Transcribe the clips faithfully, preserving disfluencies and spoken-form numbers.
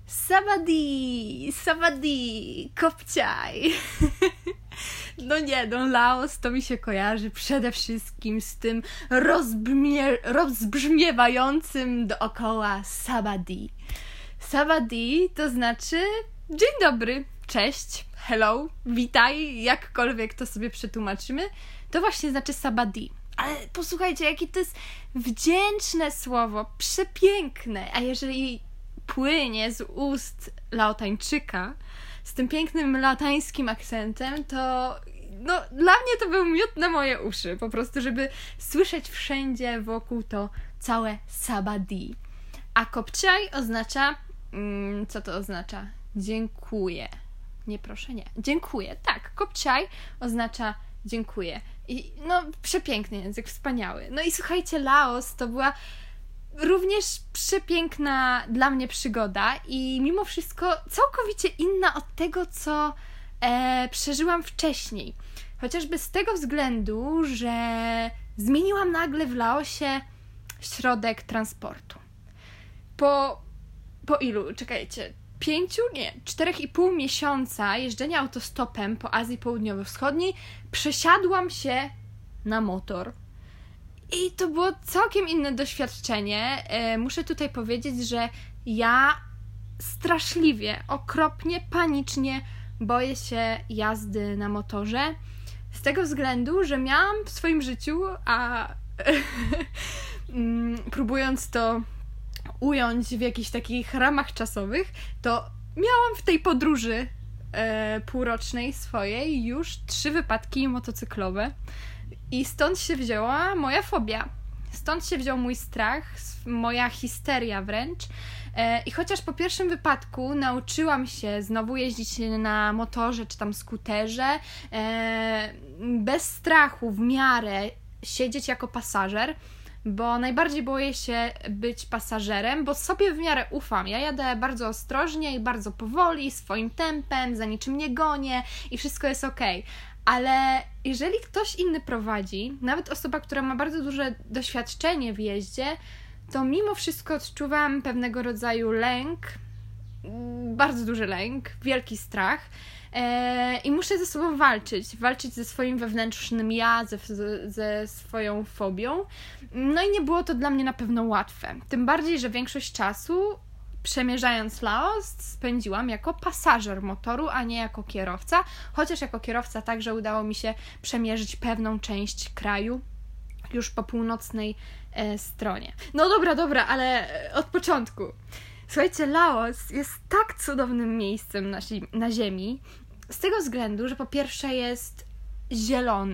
Sawadee, sawadee, kopciaj. No nie, no Laos to mi się kojarzy przede wszystkim z tym rozbrzmie, rozbrzmiewającym dookoła sawadee. Sawadee to znaczy dzień dobry, cześć, hello, witaj, jakkolwiek to sobie przetłumaczymy, to właśnie znaczy sawadee. Ale posłuchajcie, jakie to jest wdzięczne słowo, przepiękne, a jeżeli płynie z ust Laotańczyka z tym pięknym laotańskim akcentem, to no, dla mnie to był miód na moje uszy, po prostu, żeby słyszeć wszędzie wokół to całe sawadee. A kopciaj oznacza, mm, co to oznacza? Dziękuję. Nie, proszę, nie. Dziękuję, tak. Kopciaj oznacza dziękuję. I no, przepiękny język, wspaniały. No i słuchajcie, Laos to była również przepiękna dla mnie przygoda i mimo wszystko całkowicie inna od tego, co e, przeżyłam wcześniej. Chociażby z tego względu, że zmieniłam nagle w Laosie środek transportu. Po, po ilu? Czekajcie. Pięciu? Nie. Czterech i pół miesiąca jeżdżenia autostopem po Azji Południowo-Wschodniej przesiadłam się na motor. I to było całkiem inne doświadczenie. E, muszę tutaj powiedzieć, że ja straszliwie, okropnie, panicznie boję się jazdy na motorze. Z tego względu, że miałam w swoim życiu, a próbując to ująć w jakichś takich ramach czasowych, to miałam w tej podróży e, półrocznej swojej już trzy wypadki motocyklowe. I stąd się wzięła moja fobia. Stąd się wziął mój strach, moja histeria wręcz. I chociaż po pierwszym wypadku nauczyłam się znowu jeździć na motorze czy tam skuterze, bez strachu, w miarę siedzieć jako pasażer, bo najbardziej boję się być pasażerem, bo sobie w miarę ufam. Ja jadę bardzo ostrożnie i bardzo powoli, swoim tempem, za niczym nie gonię i wszystko jest okej. Ale jeżeli ktoś inny prowadzi, nawet osoba, która ma bardzo duże doświadczenie w jeździe, to mimo wszystko odczuwam pewnego rodzaju lęk, bardzo duży lęk, wielki strach e, i muszę ze sobą walczyć, walczyć ze swoim wewnętrznym ja, ze, ze swoją fobią. No i nie było to dla mnie na pewno łatwe. Tym bardziej, że większość czasu przemierzając Laos spędziłam jako pasażer motoru, a nie jako kierowca, chociaż jako kierowca także udało mi się przemierzyć pewną część kraju już po północnej e, stronie. No dobra, dobra, ale od początku. Słuchajcie, Laos jest tak cudownym miejscem na, na ziemi, z tego względu, że po pierwsze jest zielony.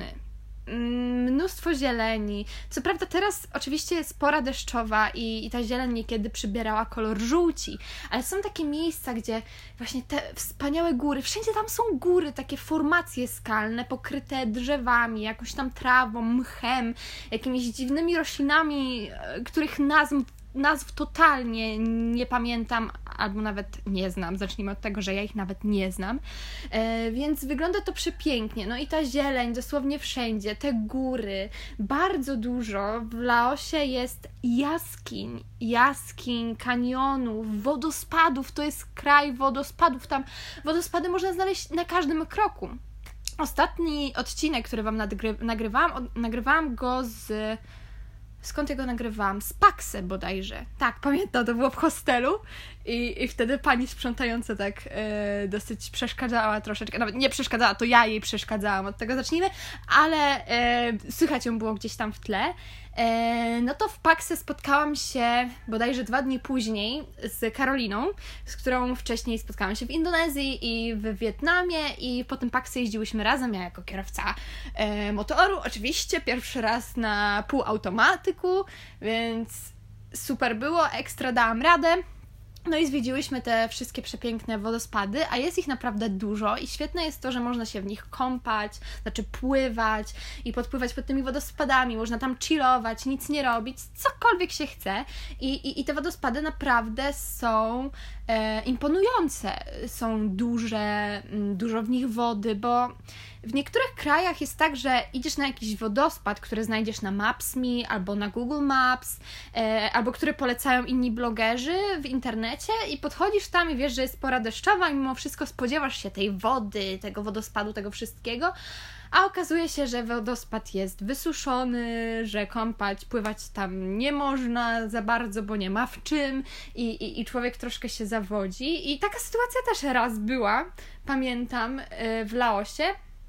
Mnóstwo zieleni. Co prawda teraz oczywiście jest pora deszczowa i, i ta zieleń niekiedy przybierała kolor żółci, ale są takie miejsca, gdzie właśnie te wspaniałe góry, wszędzie tam są góry, takie formacje skalne pokryte drzewami, jakąś tam trawą, mchem, jakimiś dziwnymi roślinami, których nazw nazw totalnie nie pamiętam, albo nawet nie znam. Zacznijmy od tego, że ja ich nawet nie znam. E, więc wygląda to przepięknie. No i ta zieleń dosłownie wszędzie, te góry, bardzo dużo. W Laosie jest jaskiń, jaskiń, kanionów, wodospadów. To jest kraj wodospadów. Tam wodospady można znaleźć na każdym kroku. Ostatni odcinek, który wam nagry- nagrywałam, od- nagrywałam go z... Skąd ja go nagrywałam? Z Paksy bodajże. Tak, pamiętam, to było w hostelu i, i wtedy pani sprzątająca tak e, dosyć przeszkadzała troszeczkę. Nawet nie przeszkadzała, to ja jej przeszkadzałam, od tego zacznijmy, ale e, słychać ją było gdzieś tam w tle. E, no to w Paksy spotkałam się bodajże dwa dni później z Karoliną, z którą wcześniej spotkałam się w Indonezji i w Wietnamie i po tym Paksy jeździłyśmy razem, ja jako kierowca e, motoru, oczywiście pierwszy raz na półautomatyku, więc super było, ekstra dałam radę. No i zwiedziłyśmy te wszystkie przepiękne wodospady, a jest ich naprawdę dużo i świetne jest to, że można się w nich kąpać, znaczy pływać i podpływać pod tymi wodospadami, można tam chillować, nic nie robić, cokolwiek się chce i, i, i te wodospady naprawdę są e, imponujące, są duże, dużo w nich wody, bo w niektórych krajach jest tak, że idziesz na jakiś wodospad, który znajdziesz na Maps Me albo na Google Maps, e, albo który polecają inni blogerzy w internecie internecie i podchodzisz tam i wiesz, że jest pora deszczowa i mimo wszystko spodziewasz się tej wody, tego wodospadu, tego wszystkiego, a okazuje się, że wodospad jest wysuszony, że kąpać, pływać tam nie można za bardzo, bo nie ma w czym i, i, i człowiek troszkę się zawodzi. I taka sytuacja też raz była, pamiętam, w Laosie,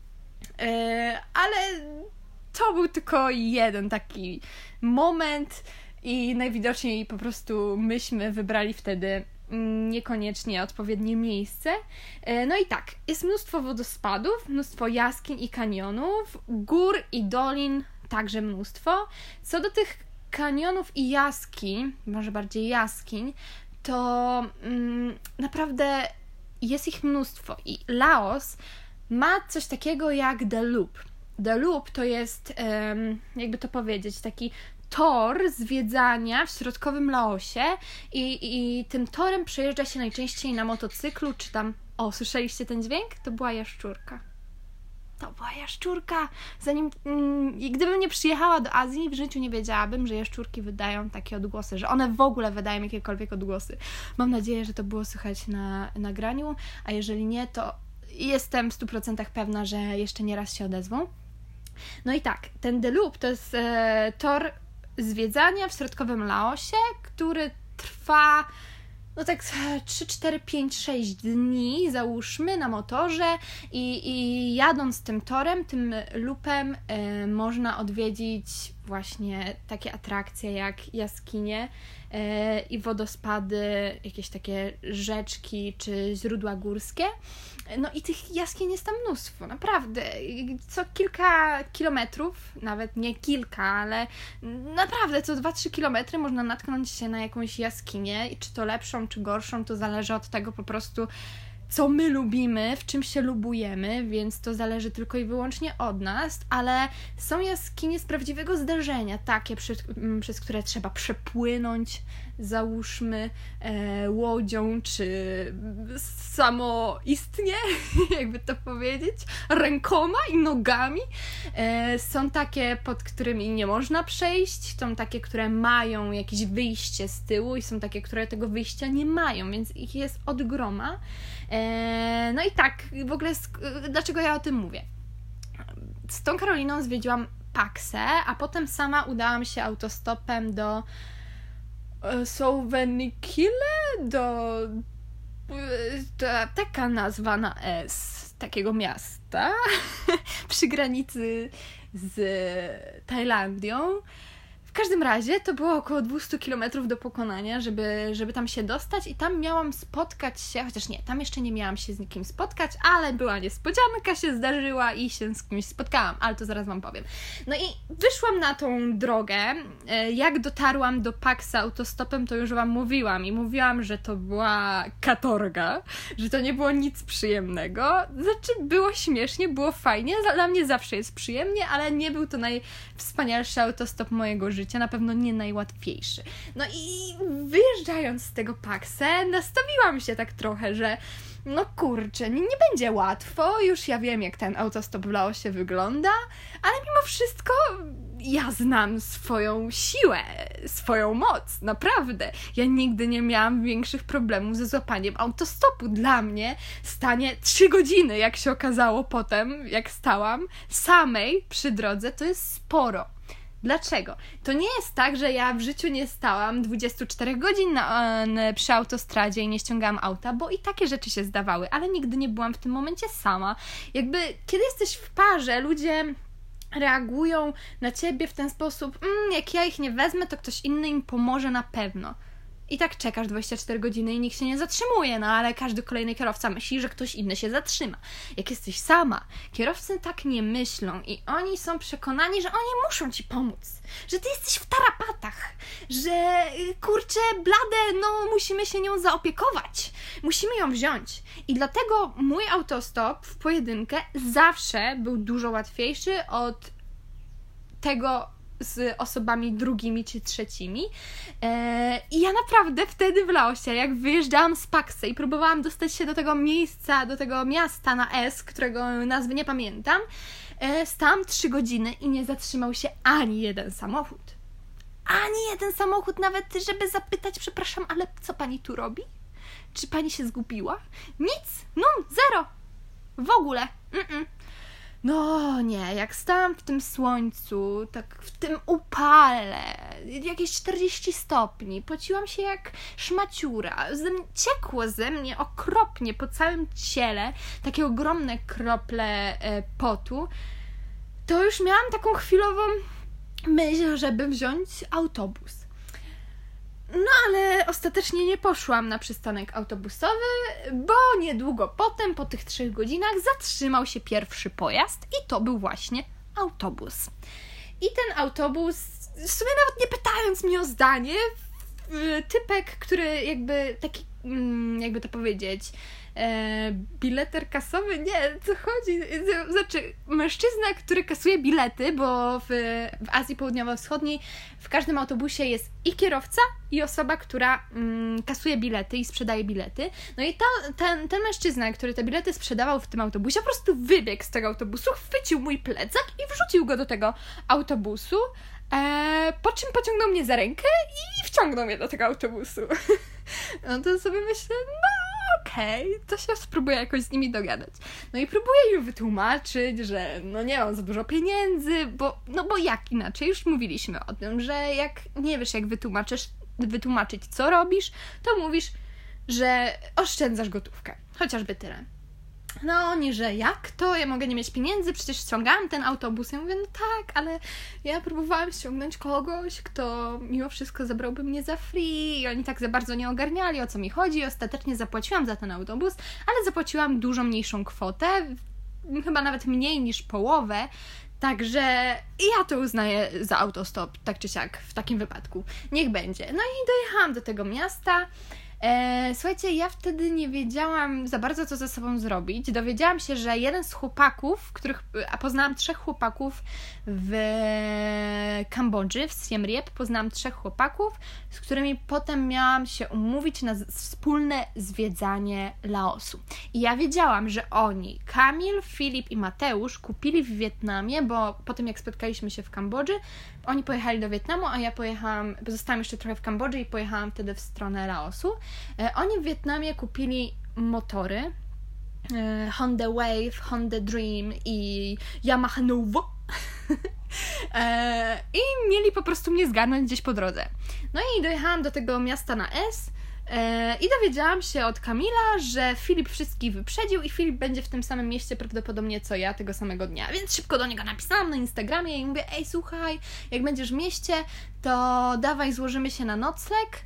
ale to był tylko jeden taki moment i najwidoczniej po prostu myśmy wybrali wtedy niekoniecznie odpowiednie miejsce. No i tak, jest mnóstwo wodospadów, mnóstwo jaskiń i kanionów, gór i dolin także mnóstwo. Co do tych kanionów i jaskiń, może bardziej jaskiń, to mm, naprawdę jest ich mnóstwo i Laos ma coś takiego jak The Loop. The Loop to jest, um, jakby to powiedzieć, taki tor zwiedzania w środkowym Laosie i, i tym torem przejeżdża się najczęściej na motocyklu, czy tam... O, słyszeliście ten dźwięk? To była jaszczurka. To była jaszczurka! Zanim... Mm, gdybym nie przyjechała do Azji, w życiu nie wiedziałabym, że jaszczurki wydają takie odgłosy, że one w ogóle wydają jakiekolwiek odgłosy. Mam nadzieję, że to było słychać na nagraniu, a jeżeli nie, to jestem w stu procentach pewna, że jeszcze nie raz się odezwą. No i tak, ten The Loop to jest e, tor zwiedzania w środkowym Laosie, który trwa no tak trzy, cztery, pięć, sześć dni, załóżmy, na motorze i, i jadąc tym torem, tym loopem e, można odwiedzić właśnie takie atrakcje jak jaskinie e, i wodospady, jakieś takie rzeczki czy źródła górskie. No i tych jaskiń jest tam mnóstwo, naprawdę. Co kilka kilometrów, nawet nie kilka, ale naprawdę co dwa trzy kilometry można natknąć się na jakąś jaskinię i czy to lepszą, czy gorszą, to zależy od tego po prostu, co my lubimy, w czym się lubujemy, więc to zależy tylko i wyłącznie od nas, ale są jaskinie z prawdziwego zdarzenia, takie, przez, przez które trzeba przepłynąć, załóżmy, e, łodzią, czy samoistnie, jakby to powiedzieć, rękoma i nogami. E, są takie, pod którymi nie można przejść, są takie, które mają jakieś wyjście z tyłu i są takie, które tego wyjścia nie mają, więc ich jest od groma. E, no i tak, w ogóle sk- dlaczego ja o tym mówię? Z tą Karoliną zwiedziłam Paksę, a potem sama udałam się autostopem do Słowenikile, do, do taka nazwa na S takiego miasta przy granicy z Tajlandią. W każdym razie to było około dwieście kilometrów do pokonania, żeby, żeby tam się dostać i tam miałam spotkać się, chociaż nie, tam jeszcze nie miałam się z nikim spotkać, ale była niespodzianka, się zdarzyła i się z kimś spotkałam, ale to zaraz Wam powiem. No i wyszłam na tą drogę, jak dotarłam do Paksa autostopem, to już Wam mówiłam i mówiłam, że to była katorga, że to nie było nic przyjemnego, znaczy było śmiesznie, było fajnie, dla mnie zawsze jest przyjemnie, ale nie był to najwspanialszy autostop mojego życia, na pewno nie najłatwiejszy. No i wyjeżdżając z tego Paksa, nastawiłam się tak trochę, że no kurczę, nie, nie będzie łatwo, już ja wiem, jak ten autostop w Laosie wygląda, ale mimo wszystko ja znam swoją siłę, swoją moc, naprawdę. Ja nigdy nie miałam większych problemów ze złapaniem autostopu. Dla mnie stanie trzy godziny, jak się okazało potem, jak stałam samej przy drodze, to jest sporo. Dlaczego? To nie jest tak, że ja w życiu nie stałam dwadzieścia cztery godzin na, na, przy autostradzie i nie ściągałam auta, bo i takie rzeczy się zdawały, ale nigdy nie byłam w tym momencie sama. Jakby, kiedy jesteś w parze, ludzie reagują na ciebie w ten sposób, mm, jak ja ich nie wezmę, to ktoś inny im pomoże na pewno. I tak czekasz dwadzieścia cztery godziny i nikt się nie zatrzymuje, no ale każdy kolejny kierowca myśli, że ktoś inny się zatrzyma. Jak jesteś sama, kierowcy tak nie myślą i oni są przekonani, że oni muszą ci pomóc, że ty jesteś w tarapatach, że kurczę, blade, no musimy się nią zaopiekować, musimy ją wziąć. I dlatego mój autostop w pojedynkę zawsze był dużo łatwiejszy od tego z osobami drugimi czy trzecimi. Eee, I ja naprawdę wtedy w Laosie, jak wyjeżdżałam z Paksy i próbowałam dostać się do tego miejsca, do tego miasta na S, którego nazwy nie pamiętam, e, stałam trzy godziny i nie zatrzymał się ani jeden samochód. Ani jeden samochód, nawet żeby zapytać, przepraszam, ale co pani tu robi? Czy pani się zgubiła? Nic, nul, zero. W ogóle. Mm-mm. No nie, jak stałam w tym słońcu, tak w tym upale, jakieś czterdzieści stopni, pociłam się jak szmaciura, ze mnie, ciekło ze mnie okropnie po całym ciele, takie ogromne krople e, potu, to już miałam taką chwilową myśl, żeby wziąć autobus. No ale ostatecznie nie poszłam na przystanek autobusowy, bo niedługo potem, po tych trzech godzinach, zatrzymał się pierwszy pojazd i to był właśnie autobus. I ten autobus, w sumie nawet nie pytając mnie o zdanie, typek, który jakby taki, jakby to powiedzieć, e, bileter kasowy, nie, co chodzi, znaczy mężczyzna, który kasuje bilety, bo w, w Azji Południowo-Wschodniej w każdym autobusie jest i kierowca, i osoba, która mm, kasuje bilety i sprzedaje bilety. No i ta, ten, ten mężczyzna, który te bilety sprzedawał w tym autobusie, po prostu wybiegł z tego autobusu, chwycił mój plecak i wrzucił go do tego autobusu, e, po czym pociągnął mnie za rękę i wciągnął mnie do tego autobusu. No to sobie myślę, no okej, okay, to się spróbuję jakoś z nimi dogadać. No i próbuję im wytłumaczyć, że no nie mam za dużo pieniędzy, bo no bo jak inaczej? Już mówiliśmy o tym, że jak nie wiesz, jak wytłumaczysz, wytłumaczyć, co robisz, to mówisz, że oszczędzasz gotówkę. Chociażby tyle. No oni, że jak to? Ja mogę nie mieć pieniędzy, przecież ściągałam ten autobus. Ja mówię, no tak, ale ja próbowałam ściągnąć kogoś, kto mimo wszystko zabrałby mnie za free i oni tak za bardzo nie ogarniali, o co mi chodzi. Ostatecznie zapłaciłam za ten autobus, ale zapłaciłam dużo mniejszą kwotę, chyba nawet mniej niż połowę, także ja to uznaję za autostop, tak czy siak, w takim wypadku. Niech będzie. No i dojechałam do tego miasta. E, słuchajcie, ja wtedy nie wiedziałam za bardzo, co ze sobą zrobić. Dowiedziałam się, że jeden z chłopaków, których, a poznałam trzech chłopaków w Kambodży, w Siem Reap, poznałam trzech chłopaków, z którymi potem miałam się umówić na z, wspólne zwiedzanie Laosu. I ja wiedziałam, że oni, Kamil, Filip i Mateusz, kupili w Wietnamie, bo po tym jak spotkaliśmy się w Kambodży, oni pojechali do Wietnamu, a ja pojechałam, zostałam jeszcze trochę w Kambodży i pojechałam wtedy w stronę Laosu. E, oni w Wietnamie kupili motory e, Honda Wave, Honda Dream i Yamaha Nuvo e, i mieli po prostu mnie zgarnąć gdzieś po drodze. No i dojechałam do tego miasta na S e, i dowiedziałam się od Kamila, że Filip wszystkich wyprzedził i Filip będzie w tym samym mieście prawdopodobnie co ja tego samego dnia, więc szybko do niego napisałam na Instagramie i mówię, ej słuchaj, jak będziesz w mieście, to dawaj złożymy się na nocleg,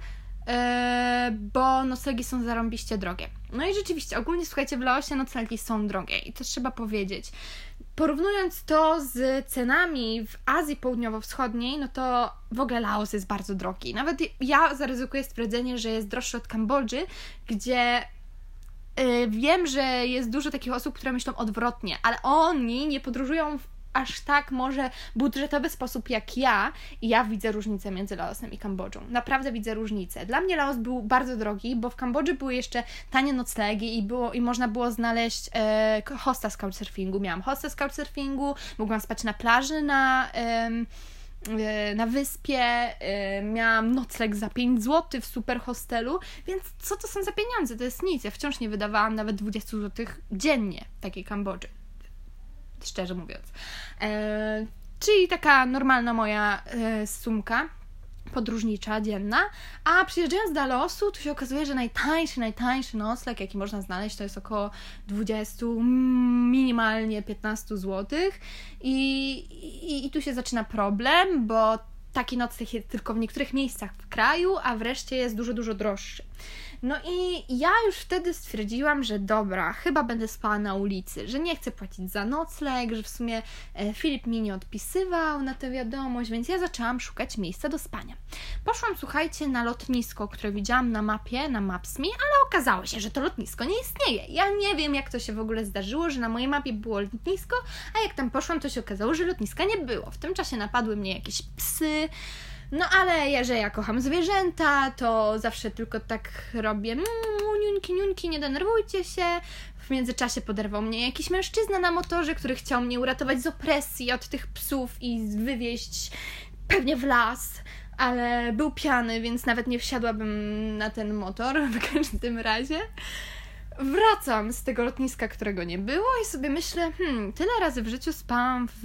Yy, bo noclegi są zarąbiście drogie. No i rzeczywiście, ogólnie słuchajcie, w Laosie noclegi są drogie i to trzeba powiedzieć. Porównując to z cenami w Azji Południowo-Wschodniej, no to w ogóle Laos jest bardzo drogi. Nawet ja zaryzykuję stwierdzenie, że jest droższy od Kambodży, gdzie yy, wiem, że jest dużo takich osób, które myślą odwrotnie, ale oni nie podróżują w aż tak może budżetowy sposób jak ja i ja widzę różnicę między Laosem i Kambodżą. Naprawdę widzę różnicę. Dla mnie Laos był bardzo drogi, bo w Kambodży były jeszcze tanie noclegi i, było, i można było znaleźć e, hosta z couchsurfingu. Miałam hosta z couchsurfingu, mogłam spać na plaży na... E, na wyspie, miałam nocleg za pięć złotych w super hostelu, więc co to są za pieniądze? To jest nic. Ja wciąż nie wydawałam nawet dwadzieścia złotych dziennie w takiej Kambodży. Szczerze mówiąc. E, czyli taka normalna moja e, sumka podróżnicza, dzienna, a przyjeżdżając do Laosu, to się okazuje, że najtańszy, najtańszy nocleg, jaki można znaleźć, to jest około dwadzieścia, minimalnie piętnaście złotych i, i, i tu się zaczyna problem, bo taki nocleg jest tylko w niektórych miejscach w kraju, a wreszcie jest dużo, dużo droższy. No i ja już wtedy stwierdziłam, że dobra, chyba będę spała na ulicy, że nie chcę płacić za nocleg, że w sumie e, Filip mi nie odpisywał na tę wiadomość, więc ja zaczęłam szukać miejsca do spania. Poszłam, słuchajcie, na lotnisko, które widziałam na mapie, na Maps.me, ale okazało się, że to lotnisko nie istnieje. Ja nie wiem, jak to się w ogóle zdarzyło, że na mojej mapie było lotnisko, a jak tam poszłam, to się okazało, że lotniska nie było. W tym czasie napadły mnie jakieś psy. No ale że ja kocham zwierzęta, to zawsze tylko tak robię, mmm, niunki, niunki, nie denerwujcie się. W międzyczasie poderwał mnie jakiś mężczyzna na motorze, który chciał mnie uratować z opresji od tych psów i wywieźć pewnie w las. ale był piany, więc nawet nie wsiadłabym na ten motor w każdym razie. Wracam z tego lotniska, którego nie było i sobie myślę, hmm, tyle razy w życiu spałam w...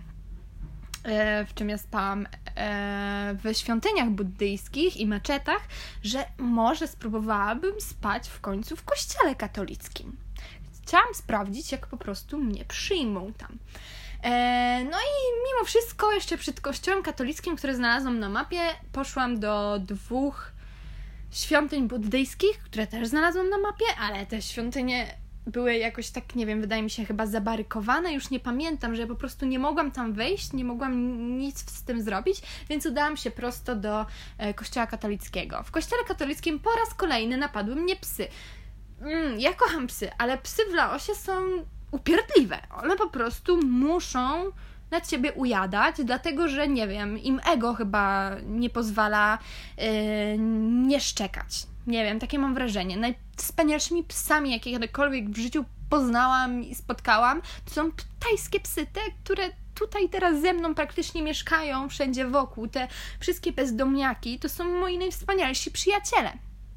w czym ja spałam w świątyniach buddyjskich i meczetach, że może spróbowałabym spać w końcu w kościele katolickim. Chciałam sprawdzić, jak po prostu mnie przyjmą tam. No i mimo wszystko jeszcze przed kościołem katolickim, który znalazłam na mapie, poszłam do dwóch świątyń buddyjskich, które też znalazłam na mapie, ale te świątynie były jakoś tak, nie wiem, wydaje mi się chyba zabarykowane, już nie pamiętam, że ja po prostu nie mogłam tam wejść, nie mogłam nic z tym zrobić, więc udałam się prosto do e, kościoła katolickiego. W kościele katolickim po raz kolejny napadły mnie psy. Mm, ja kocham psy, ale psy w Laosie są upierdliwe. One po prostu muszą na ciebie ujadać, dlatego że, nie wiem, im ego chyba nie pozwala e, nie szczekać. Nie wiem, takie mam wrażenie. Najwspanialszymi psami, jakie kiedykolwiek w życiu poznałam i spotkałam, to są tajskie psy, te, które tutaj teraz ze mną praktycznie mieszkają, wszędzie wokół. Te wszystkie bezdomniaki to są moi najwspanialsi przyjaciele.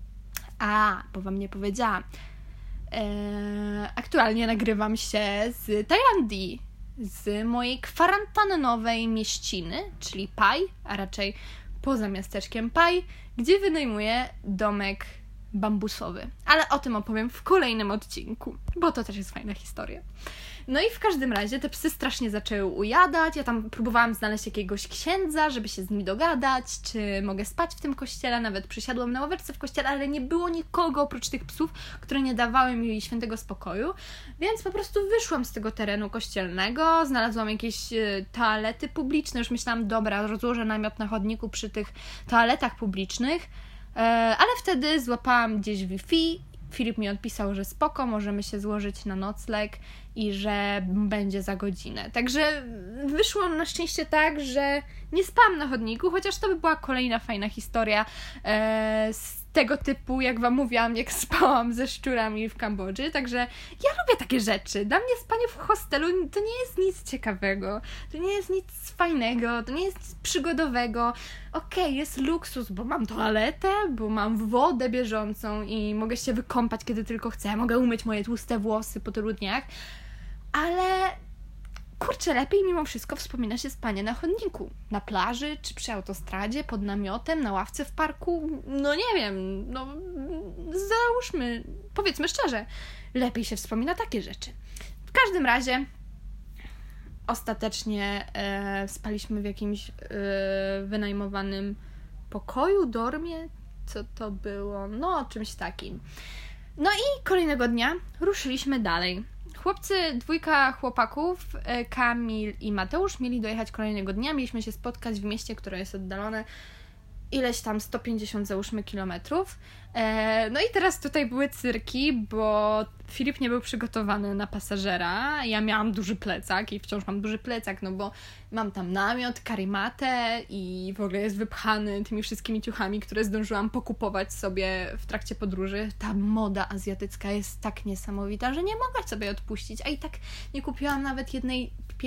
A, bo wam nie powiedziałam. Eee, aktualnie nagrywam się z Tajlandii, z mojej kwarantannowej mieściny, czyli Pai, a raczej poza miasteczkiem Pai, gdzie wynajmuję domek bambusowy. Ale o tym opowiem w kolejnym odcinku, bo to też jest fajna historia. No i w każdym razie te psy strasznie zaczęły ujadać. Ja tam próbowałam znaleźć jakiegoś księdza, żeby się z nim dogadać, czy mogę spać w tym kościele. Nawet przysiadłam na ławerce w kościele, ale nie było nikogo oprócz tych psów, które nie dawały mi świętego spokoju. Więc po prostu wyszłam z tego terenu kościelnego, znalazłam jakieś y, toalety publiczne. Już myślałam, dobra, rozłożę namiot na chodniku przy tych toaletach publicznych. Y, ale wtedy złapałam gdzieś Wi-Fi. Filip mi odpisał, że spoko, możemy się złożyć na nocleg i że będzie za godzinę. Także wyszło na szczęście tak, że nie spałam na chodniku, chociaż to by była kolejna fajna historia e, z tego typu, jak wam mówiłam, jak spałam ze szczurami w Kambodży. Także ja lubię takie rzeczy. Dla mnie spanie w hostelu to nie jest nic ciekawego, to nie jest nic fajnego, to nie jest nic przygodowego. Okej, okay, jest luksus, bo mam toaletę, bo mam wodę bieżącą i mogę się wykąpać, kiedy tylko chcę. Mogę umyć moje tłuste włosy po tylu dniach. Ale kurczę, lepiej mimo wszystko wspomina się spanie na chodniku, na plaży, czy przy autostradzie, pod namiotem, na ławce w parku. No nie wiem, no załóżmy, powiedzmy szczerze, lepiej się wspomina takie rzeczy. W każdym razie ostatecznie e, spaliśmy w jakimś e, wynajmowanym pokoju, dormie, co to było, no czymś takim. No i kolejnego dnia ruszyliśmy dalej. Chłopcy, dwójka chłopaków, Kamil i Mateusz, mieli dojechać kolejnego dnia. Mieliśmy się spotkać w mieście, które jest oddalone ileś tam sto pięćdziesiąt załóżmy kilometrów. E, no i teraz tutaj były cyrki, bo Filip nie był przygotowany na pasażera. Ja miałam duży plecak i wciąż mam duży plecak, no bo mam tam namiot, karimatę i w ogóle jest wypchany tymi wszystkimi ciuchami, które zdążyłam pokupować sobie w trakcie podróży. Ta moda azjatycka jest tak niesamowita, że nie mogę sobie odpuścić, a i tak nie kupiłam nawet jednej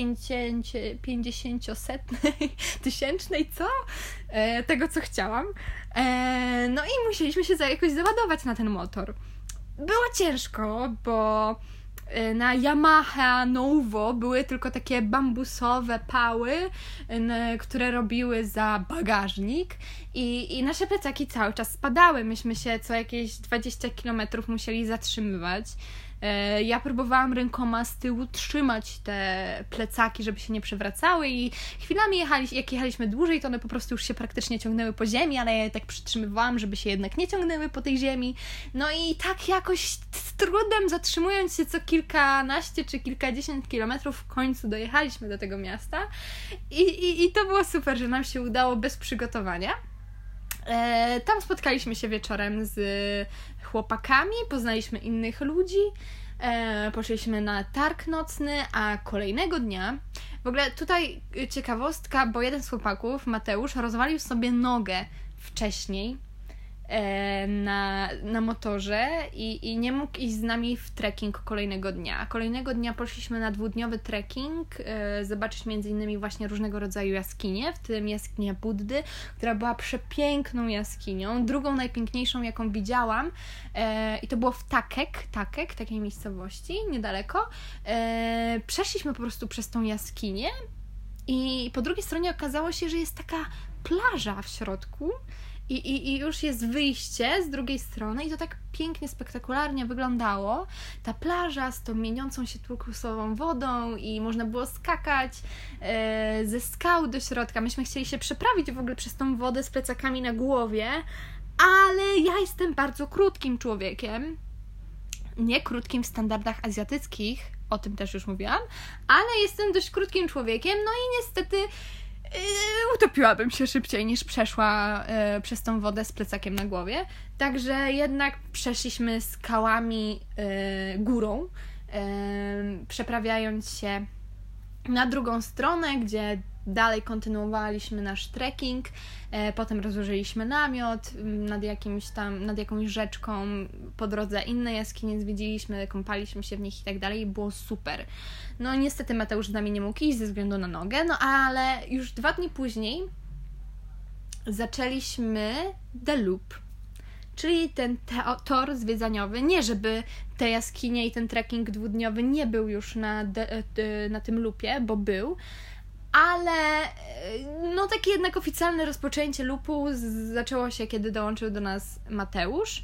pięćdziesięciosetnej, tysięcznej, co? E, tego, co chciałam. E, no i musieliśmy się za, jakoś załadować na ten motor. Było ciężko, bo na Yamaha Novo były tylko takie bambusowe pały, które robiły za bagażnik i, i nasze plecaki cały czas spadały. Myśmy się co jakieś dwadzieścia kilometrów musieli zatrzymywać. Ja próbowałam rękoma z tyłu trzymać te plecaki, żeby się nie przewracały i chwilami jechali, jak jechaliśmy dłużej, to one po prostu już się praktycznie ciągnęły po ziemi, ale ja je tak przytrzymywałam, żeby się jednak nie ciągnęły po tej ziemi. No i tak jakoś z trudem, zatrzymując się co kilkanaście czy kilkadziesiąt kilometrów, w końcu dojechaliśmy do tego miasta i, i, i to było super, że nam się udało bez przygotowania. E, tam spotkaliśmy się wieczorem z chłopakami, poznaliśmy innych ludzi, e, poszliśmy na targ nocny, a kolejnego dnia, w ogóle tutaj ciekawostka, bo jeden z chłopaków, Mateusz, rozwalił sobie nogę wcześniej e, na, na motorze i, i nie mógł iść z nami w trekking kolejnego dnia. Kolejnego dnia poszliśmy na dwudniowy trekking, e, zobaczyć między innymi właśnie różnego rodzaju jaskinie, w tym jaskinia Buddy, która była przepiękną jaskinią, drugą najpiękniejszą, jaką widziałam, e, i to było w Takek, Takek, takiej miejscowości, niedaleko. E, przeszliśmy po prostu przez tą jaskinię i po drugiej stronie okazało się, że jest taka plaża w środku i, i, i już jest wyjście z drugiej strony i to tak pięknie, spektakularnie wyglądało. Ta plaża z tą mieniącą się turkusową wodą i można było skakać e, ze skał do środka. Myśmy chcieli się przeprawić w ogóle przez tą wodę z plecakami na głowie, ale ja jestem bardzo krótkim człowiekiem. Nie krótkim w standardach azjatyckich, o tym też już mówiłam, ale jestem dość krótkim człowiekiem, no i niestety yy, utopiłabym się szybciej niż przeszła yy, przez tą wodę z plecakiem na głowie. Także jednak przeszliśmy skałami yy, górą, yy, przeprawiając się na drugą stronę, gdzie dalej kontynuowaliśmy nasz trekking, e, potem rozłożyliśmy namiot nad jakimś tam, nad jakąś rzeczką, po drodze inne jaskinie zwiedziliśmy, kąpaliśmy się w nich i tak dalej i było super. No niestety Mateusz z nami nie mógł iść ze względu na nogę, no ale już dwa dni później zaczęliśmy The Loop, czyli ten te- tor zwiedzaniowy. Nie, żeby te jaskinie i ten trekking dwudniowy nie był już na, de- na tym loopie, bo był, ale no takie jednak oficjalne rozpoczęcie loopu z- zaczęło się, kiedy dołączył do nas Mateusz,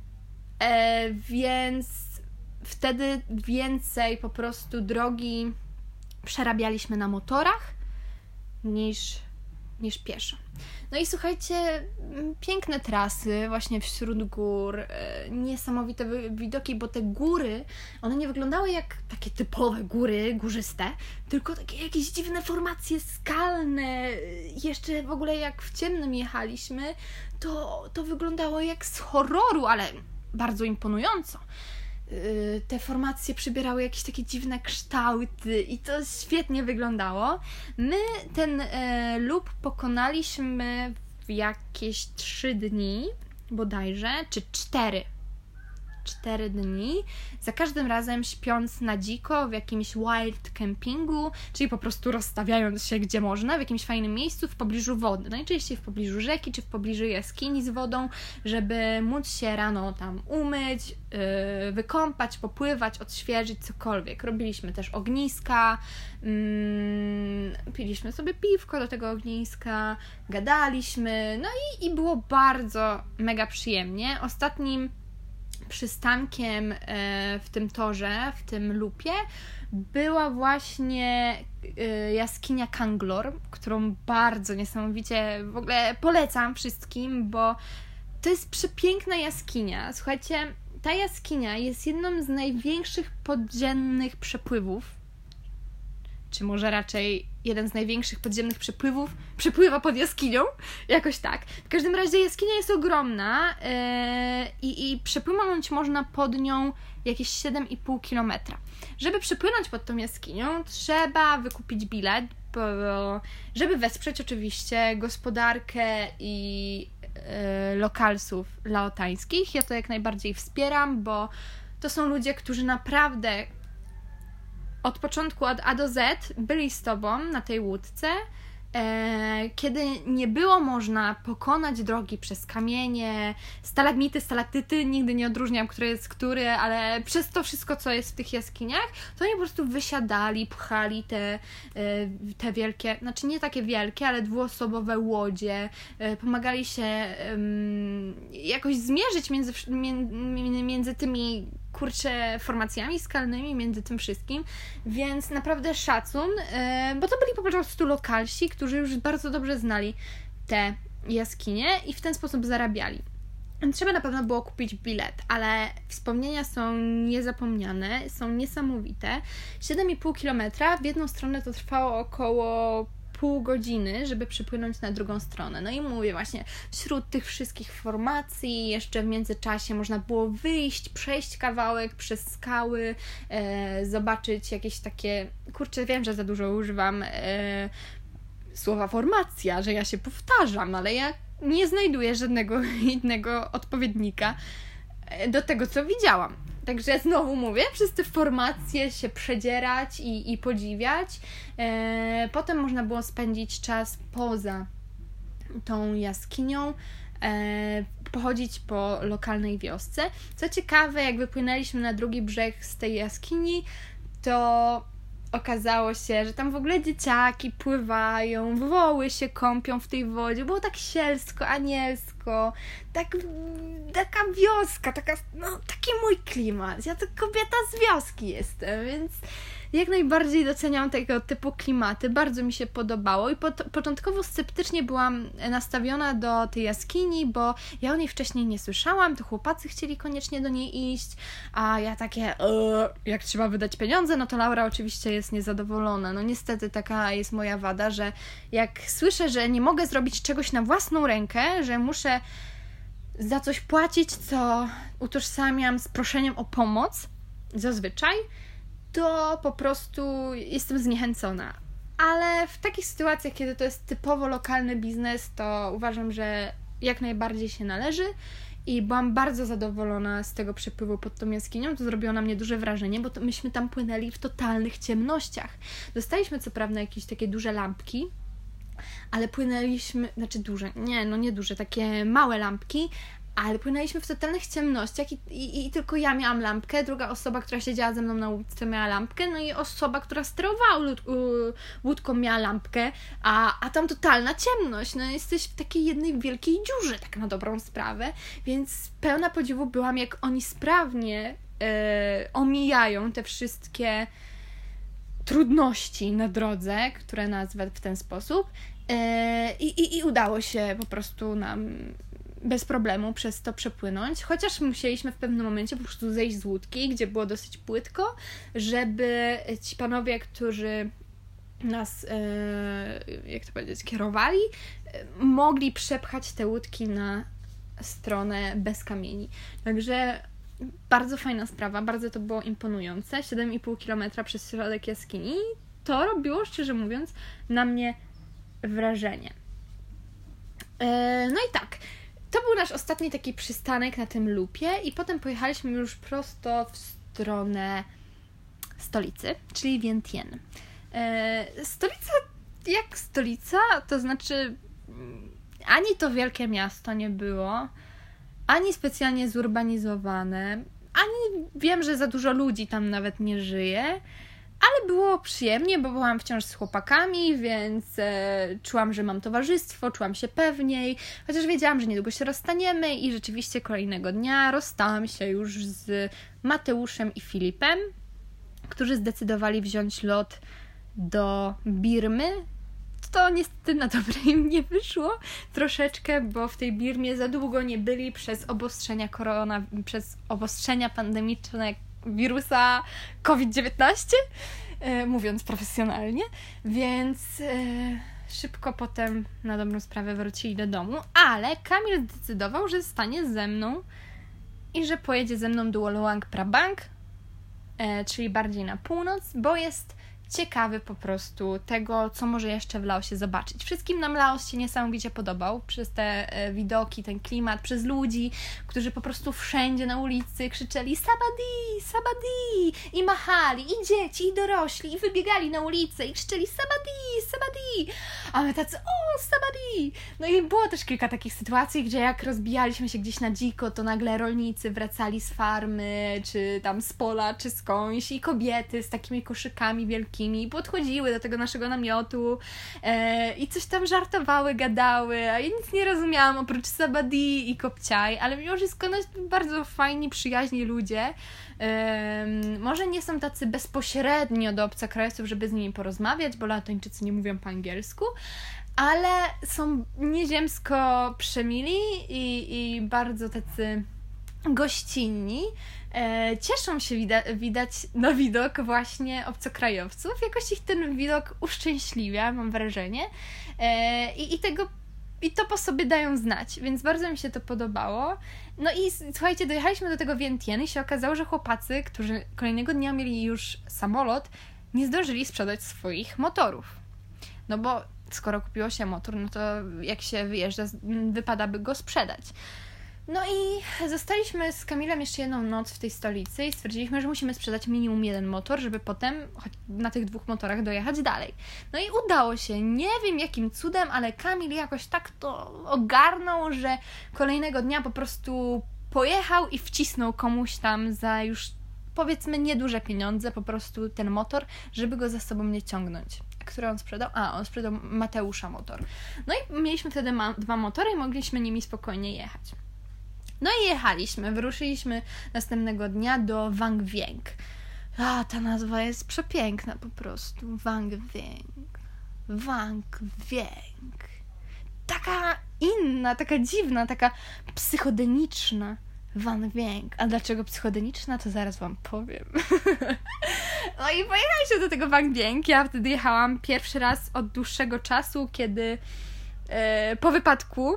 e, więc wtedy więcej po prostu drogi przerabialiśmy na motorach niż, niż pieszo. No i słuchajcie, piękne trasy właśnie wśród gór, niesamowite widoki, bo te góry, one nie wyglądały jak takie typowe góry górzyste, tylko takie jakieś dziwne formacje skalne. Jeszcze w ogóle jak w ciemnym jechaliśmy, to, to wyglądało jak z horroru, ale bardzo imponująco. Te formacje przybierały jakieś takie dziwne kształty i to świetnie wyglądało. My ten e, loop pokonaliśmy w jakieś trzy dni bodajże, czy cztery. Cztery dni, za każdym razem śpiąc na dziko w jakimś wild campingu, czyli po prostu rozstawiając się gdzie można, w jakimś fajnym miejscu w pobliżu wody, najczęściej w pobliżu rzeki czy w pobliżu jaskini z wodą, żeby móc się rano tam umyć, yy, wykąpać, popływać, odświeżyć, cokolwiek. Robiliśmy też ogniska, yy, piliśmy sobie piwko do tego ogniska, gadaliśmy, no i, i było bardzo mega przyjemnie. Ostatnim przystankiem w tym torze, w tym loopie była właśnie jaskinia Kanglor, którą bardzo niesamowicie w ogóle polecam wszystkim, bo to jest przepiękna jaskinia. Słuchajcie, ta jaskinia jest jedną z największych podziemnych przepływów, czy może raczej jeden z największych podziemnych przepływów przepływa pod jaskinią, jakoś tak. W każdym razie jaskinia jest ogromna yy, i, i przepłynąć można pod nią jakieś siedem i pół kilometra. Żeby przepłynąć pod tą jaskinią, trzeba wykupić bilet, bo, żeby wesprzeć oczywiście gospodarkę i yy, lokalsów laotańskich. Ja to jak najbardziej wspieram, bo to są ludzie, którzy naprawdę od początku, od A do Z byli z Tobą na tej łódce, e, kiedy nie było można pokonać drogi przez kamienie, stalagmity, stalaktyty, nigdy nie odróżniam, który jest który, ale przez to wszystko, co jest w tych jaskiniach, to oni po prostu wysiadali, pchali te, e, te wielkie, znaczy nie takie wielkie, ale dwuosobowe łodzie, e, pomagali się e, jakoś zmierzyć między, między, między tymi kurczę formacjami skalnymi, między tym wszystkim, więc naprawdę szacun, bo to byli po prostu lokalsi, którzy już bardzo dobrze znali te jaskinie i w ten sposób zarabiali. Trzeba na pewno było kupić bilet, ale wspomnienia są niezapomniane, są niesamowite. siedem i pół kilometra, w jedną stronę to trwało około pół godziny, żeby przypłynąć na drugą stronę. No i mówię właśnie, wśród tych wszystkich formacji jeszcze w międzyczasie można było wyjść, przejść kawałek przez skały, e, zobaczyć jakieś takie, kurczę, wiem, że za dużo używam e, słowa formacja, że ja się powtarzam, ale ja nie znajduję żadnego innego odpowiednika do tego, co widziałam. Także znowu mówię, przez te formacje się przedzierać i, i podziwiać. E, potem można było spędzić czas poza tą jaskinią, e, pochodzić po lokalnej wiosce. Co ciekawe, jak wypłynęliśmy na drugi brzeg z tej jaskini, to okazało się, że tam w ogóle dzieciaki pływają, woły się kąpią w tej wodzie. Było tak sielsko, anielsko, tak, taka wioska, taka, no, taki mój klimat. Ja to kobieta z wioski jestem, więc jak najbardziej doceniam tego typu klimaty. Bardzo mi się podobało i po, początkowo sceptycznie byłam nastawiona do tej jaskini, bo ja o niej wcześniej nie słyszałam, to chłopacy chcieli koniecznie do niej iść, a ja takie, jak trzeba wydać pieniądze, no to Laura oczywiście jest niezadowolona. No niestety taka jest moja wada, że jak słyszę, że nie mogę zrobić czegoś na własną rękę, że muszę za coś płacić, co utożsamiam z proszeniem o pomoc, zazwyczaj, to po prostu jestem zniechęcona. Ale w takich sytuacjach, kiedy to jest typowo lokalny biznes, to uważam, że jak najbardziej się należy i byłam bardzo zadowolona z tego przepływu pod tą jaskinią. To zrobiło na mnie duże wrażenie, bo to myśmy tam płynęli w totalnych ciemnościach. Dostaliśmy co prawda jakieś takie duże lampki, ale płynęliśmy, znaczy duże, nie, no nie duże, takie małe lampki, ale płynęliśmy w totalnych ciemnościach i, i, i tylko ja miałam lampkę, druga osoba, która siedziała ze mną na łódce, miała lampkę, no i osoba, która sterowała łód, łódką, miała lampkę, a, a tam totalna ciemność. No jesteś w takiej jednej wielkiej dziurze, tak na dobrą sprawę, więc pełna podziwu byłam, jak oni sprawnie e, omijają te wszystkie trudności na drodze, które nazwę w ten sposób, e, i, i, i udało się po prostu nam bez problemu przez to przepłynąć, chociaż musieliśmy w pewnym momencie po prostu zejść z łódki, gdzie było dosyć płytko, żeby ci panowie, którzy nas, jak to powiedzieć, kierowali, mogli przepchać te łódki na stronę bez kamieni. Także bardzo fajna sprawa, bardzo to było imponujące. siedem i pół kilometra przez środek jaskini. To robiło, szczerze mówiąc, na mnie wrażenie. No i tak, to był nasz ostatni taki przystanek na tym loopie i potem pojechaliśmy już prosto w stronę stolicy, czyli Vientiane. Stolica jak stolica, to znaczy ani to wielkie miasto nie było, ani specjalnie zurbanizowane, ani wiem, że za dużo ludzi tam nawet nie żyje, ale było przyjemnie, bo byłam wciąż z chłopakami, więc e, czułam, że mam towarzystwo, czułam się pewniej, chociaż wiedziałam, że niedługo się rozstaniemy i rzeczywiście kolejnego dnia rozstałam się już z Mateuszem i Filipem, którzy zdecydowali wziąć lot do Birmy. To niestety na dobre im nie wyszło troszeczkę, bo w tej Birmie za długo nie byli przez obostrzenia korona, przez obostrzenia pandemiczne wirusa COVID dziewiętnaście, e, mówiąc profesjonalnie, więc e, szybko potem na dobrą sprawę wrócili do domu, ale Kamil zdecydował, że stanie ze mną i że pojedzie ze mną do Luang Prabang, e, czyli bardziej na północ, bo jest ciekawy po prostu tego, co może jeszcze w Laosie zobaczyć. Wszystkim nam Laos się niesamowicie podobał przez te e, widoki, ten klimat, przez ludzi, którzy po prostu wszędzie na ulicy krzyczeli Sabadi, Sabadi i machali, i dzieci, i dorośli, i wybiegali na ulicę i krzyczeli Sabadi, Sabadi, a my tacy o, Sabadi. No i było też kilka takich sytuacji, gdzie jak rozbijaliśmy się gdzieś na dziko, to nagle rolnicy wracali z farmy, czy tam z pola, czy skądś i kobiety z takimi koszykami wielkimi i podchodziły do tego naszego namiotu e, i coś tam żartowały, gadały, a ja nic nie rozumiałam oprócz Sabadi i Kopciaj, ale mimo wszystko no, bardzo fajni, przyjaźni ludzie. E, może nie są tacy bezpośrednio do obcokrajowców, żeby z nimi porozmawiać, bo Laotyńczycy nie mówią po angielsku, ale są nieziemsko przemili i, i bardzo tacy gościnni. E, cieszą się wida- widać na widok właśnie obcokrajowców. Jakoś ich ten widok uszczęśliwia, mam wrażenie. E, i, i, tego, I to po sobie dają znać, więc bardzo mi się to podobało. No i słuchajcie, dojechaliśmy do tego Vientiane i się okazało, że chłopacy, którzy kolejnego dnia mieli już samolot, nie zdążyli sprzedać swoich motorów. No bo skoro kupiło się motor, no to jak się wyjeżdża, wypada by go sprzedać. No i zostaliśmy z Kamilem jeszcze jedną noc w tej stolicy i stwierdziliśmy, że musimy sprzedać minimum jeden motor, żeby potem na tych dwóch motorach dojechać dalej. No i udało się. Nie wiem jakim cudem, ale Kamil jakoś tak to ogarnął, że kolejnego dnia po prostu pojechał i wcisnął komuś tam za już powiedzmy nieduże pieniądze po prostu ten motor, żeby go za sobą nie ciągnąć. Który on sprzedał? A, on sprzedał Mateusza motor. No i mieliśmy wtedy ma- dwa motory i mogliśmy nimi spokojnie jechać. No i jechaliśmy, wyruszyliśmy następnego dnia do Vang Vieng. A, ta nazwa jest przepiękna po prostu. Vang Vieng. Vang Vieng. Taka inna, taka dziwna, taka psychodeniczna. Vang Vieng. A dlaczego psychodeniczna, to zaraz wam powiem. No i pojechaliśmy do tego Vang Vieng. Ja wtedy jechałam pierwszy raz od dłuższego czasu, kiedy e, po wypadku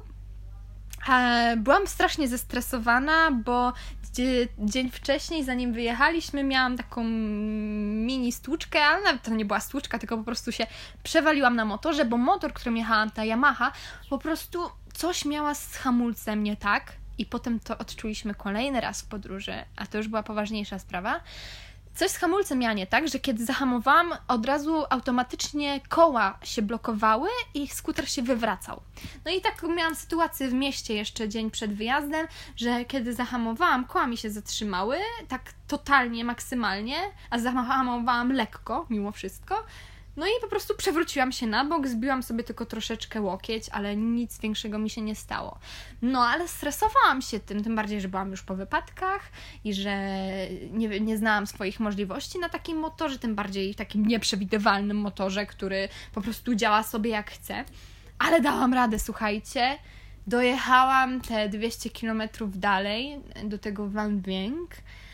e, byłam strasznie zestresowana, bo dzie, dzień wcześniej, zanim wyjechaliśmy, miałam taką mini stłuczkę, ale nawet to nie była stłuczka, tylko po prostu się przewaliłam na motorze, bo motor, którym jechałam, ta Yamaha, po prostu coś miała z hamulcem nie tak. I potem to odczuliśmy kolejny raz w podróży, a to już była poważniejsza sprawa. Coś z hamulcem miała nie tak, że kiedy zahamowałam, od razu automatycznie koła się blokowały i skuter się wywracał. No i tak miałam sytuację w mieście jeszcze dzień przed wyjazdem, że kiedy zahamowałam, koła mi się zatrzymały, tak totalnie, maksymalnie, a zahamowałam lekko, mimo wszystko. No i po prostu przewróciłam się na bok, zbiłam sobie tylko troszeczkę łokieć, ale nic większego mi się nie stało. No, ale stresowałam się tym, tym bardziej, że byłam już po wypadkach i że nie, nie znałam swoich możliwości na takim motorze, tym bardziej w takim nieprzewidywalnym motorze, który po prostu działa sobie jak chce. Ale dałam radę, słuchajcie. Dojechałam te dwieście kilometrów dalej do tego Vang Vieng.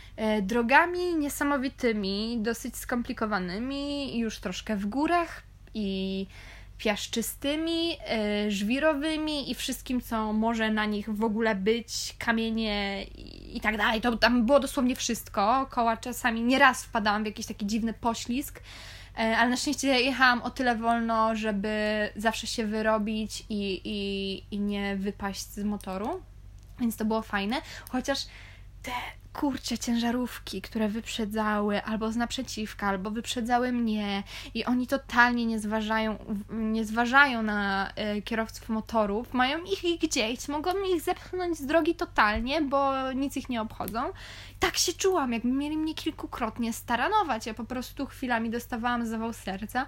Drogami niesamowitymi, dosyć skomplikowanymi, już troszkę w górach i piaszczystymi, żwirowymi i wszystkim, co może na nich w ogóle być, kamienie i, i tak dalej. To tam było dosłownie wszystko. Koła czasami nieraz wpadałam w jakiś taki dziwny poślizg, ale na szczęście jechałam o tyle wolno, żeby zawsze się wyrobić i, i, i nie wypaść z motoru, więc to było fajne, chociaż te kurcze ciężarówki, które wyprzedzały albo z naprzeciwka, albo wyprzedzały mnie i oni totalnie nie zważają, nie zważają na y, kierowców motorów, mają ich i gdzieś, mogą ich zepchnąć z drogi totalnie, bo nic ich nie obchodzą. Tak się czułam, jakby mieli mnie kilkukrotnie staranować, ja po prostu chwilami dostawałam zawał serca,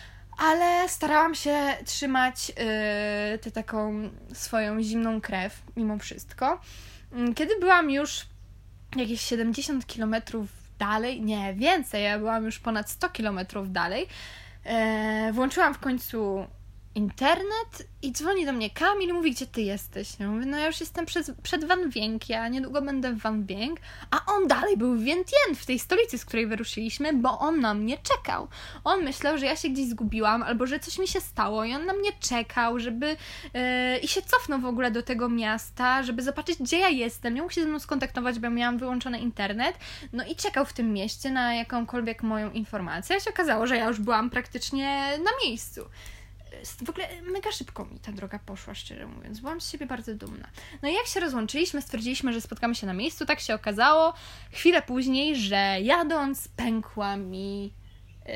ale starałam się trzymać yy, tę taką swoją zimną krew mimo wszystko. Kiedy byłam już jakieś siedemdziesiąt kilometrów dalej, nie, więcej, ja byłam już ponad sto kilometrów dalej, e, włączyłam w końcu internet i dzwoni do mnie Kamil i mówi, gdzie ty jesteś? Ja mówię, no ja już jestem przed, przed Vang Vieng, ja niedługo będę w Vang Vieng, a on dalej był w Vientiane, w tej stolicy, z której wyruszyliśmy, bo on na mnie czekał. On myślał, że ja się gdzieś zgubiłam, albo że coś mi się stało i on na mnie czekał, żeby yy, i się cofnął w ogóle do tego miasta, żeby zobaczyć, gdzie ja jestem. Nie mógł się ze mną skontaktować, bo ja miałam wyłączony internet, no i czekał w tym mieście na jakąkolwiek moją informację, a się okazało, że ja już byłam praktycznie na miejscu. W ogóle mega szybko mi ta droga poszła, szczerze mówiąc. Byłam z siebie bardzo dumna. No i jak się rozłączyliśmy, stwierdziliśmy, że spotkamy się na miejscu. Tak się okazało chwilę później, że jadąc pękła mi yy,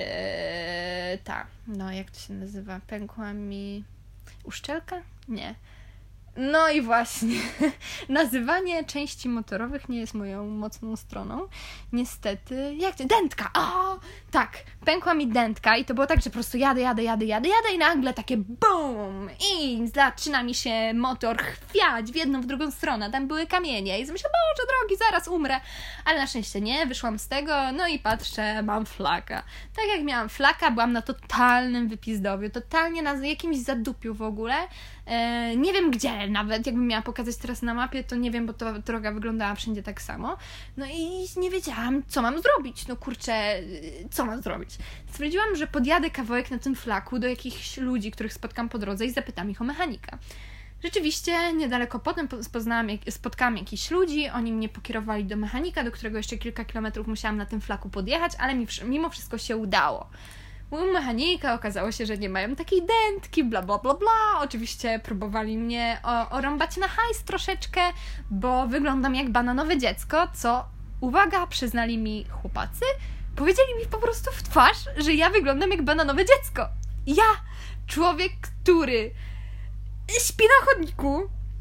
ta, no jak to się nazywa? Pękła mi uszczelka? Nie. No i właśnie, nazywanie części motorowych nie jest moją mocną stroną. Niestety, jak to? Dętka! O, tak, pękła mi dętka i to było tak, że po prostu jadę, jadę, jadę, jadę, jadę i nagle takie BUM! I zaczyna mi się motor chwiać w jedną, w drugą stronę. Tam były kamienie i myślałam, Boże drogi, zaraz umrę. Ale na szczęście nie, wyszłam z tego, no i patrzę, mam flaka. Tak jak miałam flaka, byłam na totalnym wypizdowiu, totalnie na jakimś zadupiu w ogóle. E, nie wiem gdzie nawet, jakbym miała pokazać teraz na mapie, to nie wiem, bo ta droga wyglądała wszędzie tak samo. No i nie wiedziałam, co mam zrobić. No kurczę, co mam zrobić? Stwierdziłam, że podjadę kawałek na tym flaku do jakichś ludzi, których spotkam po drodze i zapytam ich o mechanika. Rzeczywiście, niedaleko potem poznałam, spotkałam jakichś ludzi, oni mnie pokierowali do mechanika, do którego jeszcze kilka kilometrów musiałam na tym flaku podjechać, ale mi mimo wszystko się udało. u mechanika, okazało się, że nie mają takiej dętki, bla bla bla bla. Oczywiście próbowali mnie o, orąbać na hajs troszeczkę, bo wyglądam jak bananowe dziecko, co, uwaga, przyznali mi chłopacy, powiedzieli mi po prostu w twarz, że ja wyglądam jak bananowe dziecko. Ja, człowiek, który śpi na chodniku,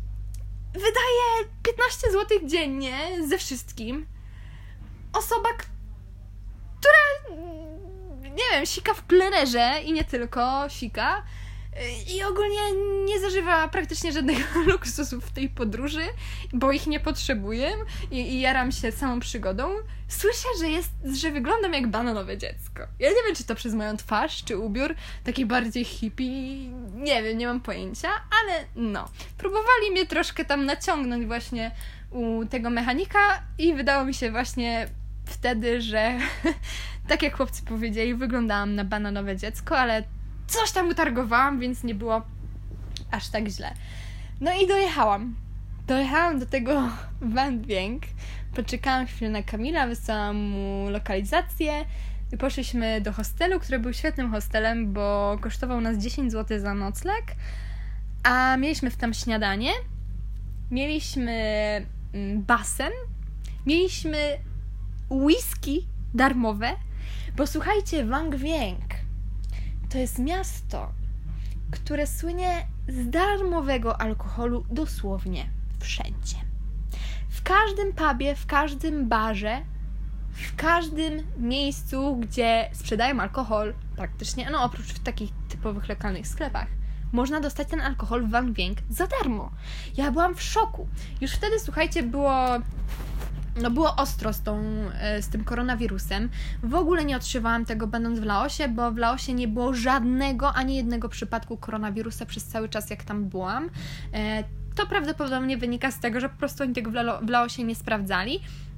wydaje piętnaście złotych dziennie ze wszystkim. Osoba, która, nie wiem, sika w plenerze i nie tylko sika. I ogólnie nie zażywa praktycznie żadnego luksusu w tej podróży, bo ich nie potrzebuję i, i jaram się samą przygodą. Słyszę, że jest, że wyglądam jak bananowe dziecko. Ja nie wiem, czy to przez moją twarz, czy ubiór, taki bardziej hippie, nie wiem, nie mam pojęcia, ale no. Próbowali mnie troszkę tam naciągnąć właśnie u tego mechanika i wydało mi się właśnie wtedy, że tak jak chłopcy powiedzieli, wyglądałam na bananowe dziecko, ale coś tam utargowałam, więc nie było aż tak źle. No i dojechałam. Dojechałam do tego Van Vieng. Poczekałam chwilę na Kamila, wysłałam mu lokalizację i poszliśmy do hostelu, który był świetnym hostelem, bo kosztował nas dziesięć złotych za nocleg, a mieliśmy w tam śniadanie, mieliśmy basen, mieliśmy whisky darmowe, bo słuchajcie, Van Vieng to jest miasto, które słynie z darmowego alkoholu dosłownie wszędzie. W każdym pubie, w każdym barze, w każdym miejscu, gdzie sprzedają alkohol, praktycznie, no oprócz w takich typowych lokalnych sklepach, można dostać ten alkohol w Van Vieng za darmo. Ja byłam w szoku. Już wtedy, słuchajcie, było... No było ostro z, tą, z tym koronawirusem. W ogóle nie odczuwałam tego będąc w Laosie, bo w Laosie nie było żadnego, ani jednego przypadku koronawirusa przez cały czas, jak tam byłam. To prawdopodobnie wynika z tego, że po prostu oni tego w, La- w Laosie nie sprawdzali.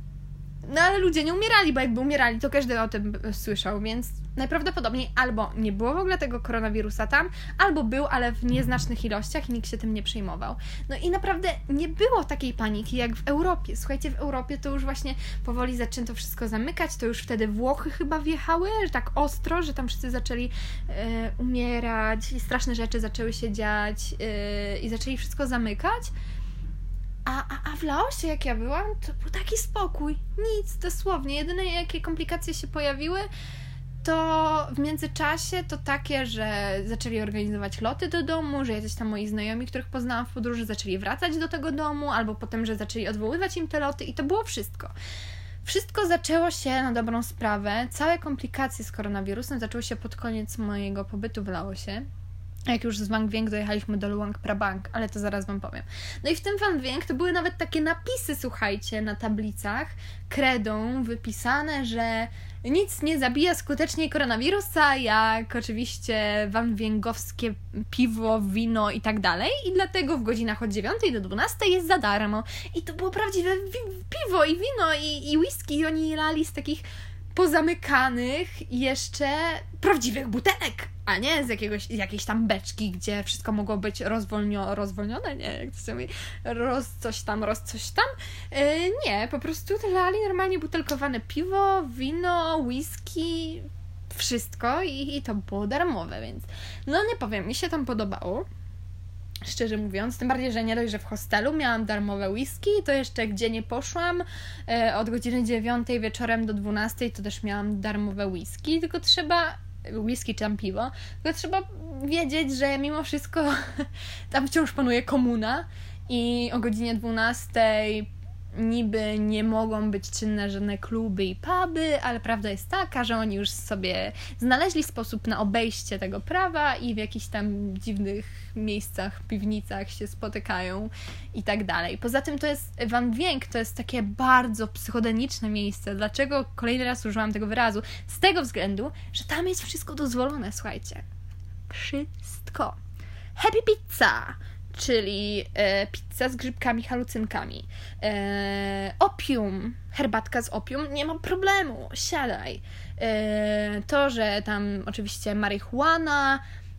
No ale ludzie nie umierali, bo jakby umierali, to każdy o tym słyszał, więc najprawdopodobniej albo nie było w ogóle tego koronawirusa tam, albo był, ale w nieznacznych ilościach i nikt się tym nie przejmował. No i naprawdę nie było takiej paniki jak w Europie. Słuchajcie, w Europie to już właśnie powoli zaczęto wszystko zamykać, to już wtedy Włochy chyba wjechały, że tak ostro, że tam wszyscy zaczęli e, umierać i straszne rzeczy zaczęły się dziać e, i zaczęli wszystko zamykać. A, a, a w Laosie, jak ja byłam, to był taki spokój. Nic, dosłownie. Jedyne, jakie komplikacje się pojawiły, to w międzyczasie to takie, że zaczęli organizować loty do domu, że jacyś tam moi znajomi, których poznałam w podróży, zaczęli wracać do tego domu, albo potem, że zaczęli odwoływać im te loty i to było wszystko. Wszystko zaczęło się na dobrą sprawę. Całe komplikacje z koronawirusem zaczęły się pod koniec mojego pobytu w Laosie. Jak już z Van Vieng dojechaliśmy do Luang Prabang, ale to zaraz wam powiem. No i w tym Van Vieng to były nawet takie napisy, słuchajcie, na tablicach, kredą wypisane, że nic nie zabija skuteczniej koronawirusa, jak oczywiście Van Viengowskie piwo, wino i tak dalej. I dlatego w godzinach od dziewiątej do dwunastej jest za darmo. I to było prawdziwe wi- piwo i wino i, i whisky. I oni lali z takich pozamykanych jeszcze prawdziwych butelek, a nie z jakiegoś, z jakiejś tam beczki, gdzie wszystko mogło być rozwolnio, rozwolnione, nie, jak to się mówi, roz coś tam, roz coś tam. Yy, nie, po prostu lali normalnie butelkowane piwo, wino, whisky, wszystko i, i to było darmowe, więc no nie powiem, mi się tam podobało. Szczerze mówiąc, tym bardziej, że nie dość, że w hostelu miałam darmowe whisky, to jeszcze gdzie nie poszłam, e, od godziny dziewiątej wieczorem do dwunastej to też miałam darmowe whisky, tylko trzeba, whisky czy tam piwo, tylko trzeba wiedzieć, że mimo wszystko tam wciąż panuje komuna i o godzinie dwunastej niby nie mogą być czynne żadne kluby i puby, ale prawda jest taka, że oni już sobie znaleźli sposób na obejście tego prawa i w jakichś tam dziwnych miejscach, piwnicach się spotykają i tak dalej. Poza tym to jest Van Vieng, to jest takie bardzo psychodeliczne miejsce. Dlaczego kolejny raz użyłam tego wyrazu? Z tego względu, że tam jest wszystko dozwolone, słuchajcie. Wszystko. Happy Pizza! Czyli e, pizza z grzybkami, halucynkami. E, opium, herbatka z opium, nie ma problemu, siadaj. E, to, że tam oczywiście marihuana,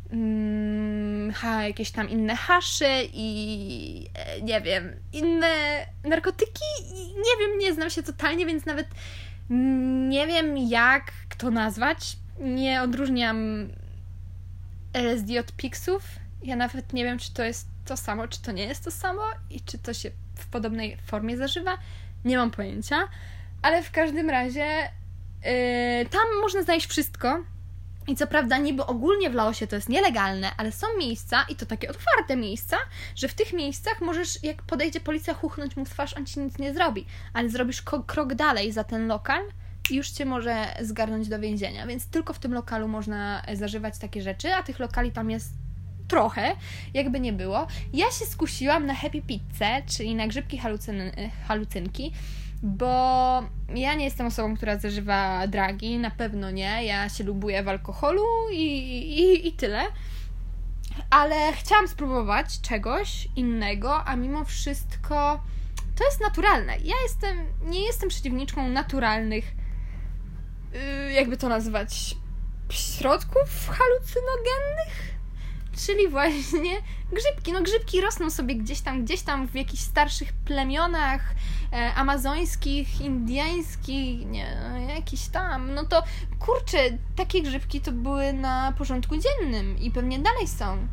mm, ha, jakieś tam inne hasze i e, nie wiem, inne narkotyki, nie wiem, nie znam się totalnie, więc nawet nie wiem jak to nazwać. nie odróżniam L S D od piksów. Ja nawet nie wiem, czy to jest to samo, czy to nie jest to samo i czy to się w podobnej formie zażywa. Nie mam pojęcia. Ale w każdym razie yy, tam można znaleźć wszystko. I co prawda niby ogólnie w Laosie to jest nielegalne, ale są miejsca, i to takie otwarte miejsca, że w tych miejscach możesz, jak podejdzie policja, chuchnąć mu w twarz, on ci nic nie zrobi. Ale zrobisz ko- krok dalej za ten lokal i już cię może zgarnąć do więzienia. Więc tylko w tym lokalu można zażywać takie rzeczy, a tych lokali tam jest trochę, jakby nie było. Ja się skusiłam na Happy Pizzę, czyli na grzybki halucyn- halucynki, bo ja nie jestem osobą, która zażywa dragi, na pewno nie. Ja się lubuję w alkoholu i, i, i tyle. Ale chciałam spróbować czegoś innego, a mimo wszystko to jest naturalne. Ja jestem, nie jestem przeciwniczką naturalnych, yy, jakby to nazwać, środków halucynogennych. Czyli właśnie grzybki. No grzybki rosną sobie gdzieś tam, gdzieś tam w jakichś starszych plemionach e, amazońskich, indyjskich, nie, no, jakiś tam. No to kurczę, takie grzybki to były na porządku dziennym i pewnie dalej są.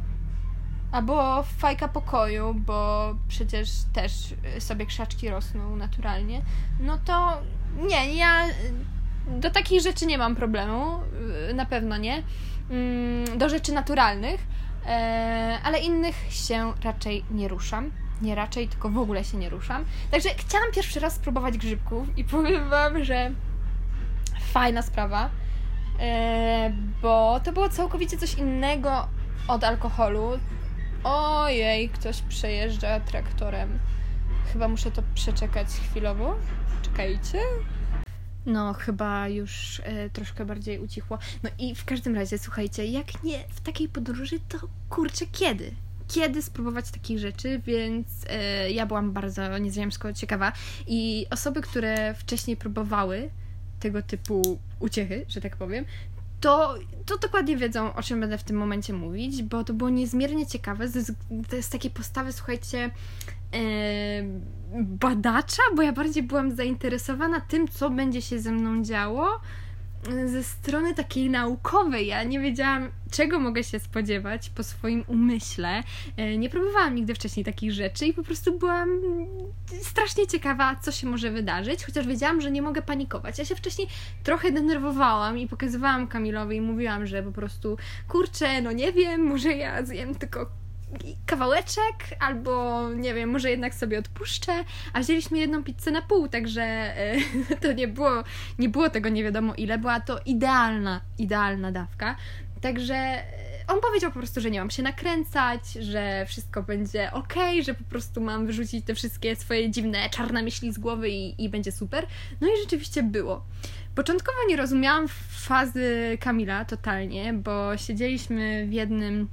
Albo fajka pokoju, bo przecież też sobie krzaczki rosną naturalnie. No to nie, ja do takich rzeczy nie mam problemu, na pewno nie. Do rzeczy naturalnych, ale innych się raczej nie ruszam. Nie raczej, tylko w ogóle się nie ruszam. Także chciałam pierwszy raz spróbować grzybków i powiem wam, że fajna sprawa, bo to było całkowicie coś innego od alkoholu. Ojej, ktoś przejeżdża traktorem. Chyba muszę to przeczekać chwilowo. Czekajcie. No, chyba już e, troszkę bardziej ucichło. No i w każdym razie, słuchajcie, jak nie w takiej podróży, to kurczę, kiedy? Kiedy spróbować takich rzeczy, więc e, ja byłam bardzo nieziemsko ciekawa i osoby, które wcześniej próbowały tego typu uciechy, że tak powiem, to, to dokładnie wiedzą, o czym będę w tym momencie mówić, bo to było niezmiernie ciekawe. To jest takiej postawy, słuchajcie, e, badacza, bo ja bardziej byłam zainteresowana tym, co będzie się ze mną działo ze strony takiej naukowej. Ja nie wiedziałam, czego mogę się spodziewać po swoim umyśle. Nie próbowałam nigdy wcześniej takich rzeczy i po prostu byłam strasznie ciekawa, co się może wydarzyć, chociaż wiedziałam, że nie mogę panikować. Ja się wcześniej trochę denerwowałam i pokazywałam Kamilowi i mówiłam, że po prostu kurczę, no nie wiem, może ja zjem tylko kawałeczek, albo nie wiem, może jednak sobie odpuszczę, a wzięliśmy jedną pizzę na pół, także yy, to nie było, nie było tego nie wiadomo ile, była to idealna, idealna dawka, także on powiedział po prostu, że nie mam się nakręcać, że wszystko będzie okej, że po prostu mam wyrzucić te wszystkie swoje dziwne, czarne myśli z głowy i, i będzie super. No i rzeczywiście było. Początkowo nie rozumiałam fazy Kamila totalnie, bo siedzieliśmy w jednym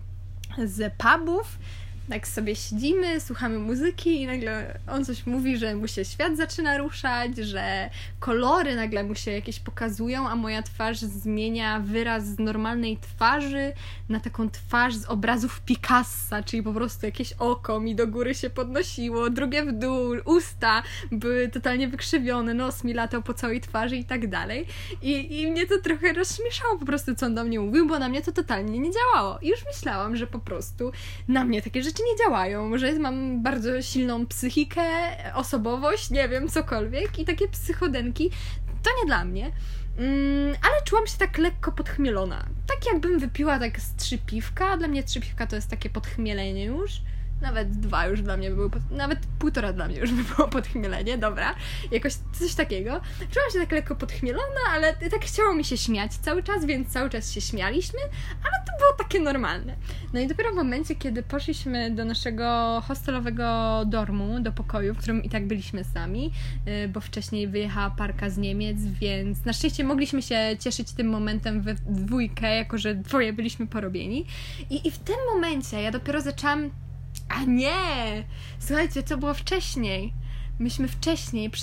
z pubów, tak sobie siedzimy, słuchamy muzyki i nagle on coś mówi, że mu się świat zaczyna ruszać, że kolory nagle mu się jakieś pokazują, a moja twarz zmienia wyraz z normalnej twarzy na taką twarz z obrazów Picassa, czyli po prostu jakieś oko mi do góry się podnosiło, drugie w dół, usta były totalnie wykrzywione, nos mi latał po całej twarzy i tak dalej. I, i mnie to trochę rozśmieszało po prostu, co on do mnie mówił, bo na mnie to totalnie nie działało. I już myślałam, że po prostu na mnie takie rzeczy nie działają. Może mam bardzo silną psychikę, osobowość, nie wiem, cokolwiek i takie psychodenki to nie dla mnie. Mm, ale czułam się tak lekko podchmielona. Tak jakbym wypiła tak z trzy piwka. Dla mnie trzy piwka to jest takie podchmielenie już. Nawet dwa już dla mnie by były, pod... nawet półtora dla mnie już by było podchmielenie, dobra, jakoś coś takiego. Czułam się tak lekko podchmielona, ale tak chciało mi się śmiać cały czas, więc cały czas się śmialiśmy, ale to było takie normalne. No i dopiero w momencie, kiedy poszliśmy do naszego hostelowego dormu, do pokoju, w którym i tak byliśmy sami, bo wcześniej wyjechała parka z Niemiec, więc na szczęście mogliśmy się cieszyć tym momentem we dwójkę, jako że dwoje byliśmy porobieni. I, i w tym momencie ja dopiero zaczęłam A nie! Słuchajcie, co było wcześniej? Myśmy wcześniej, przed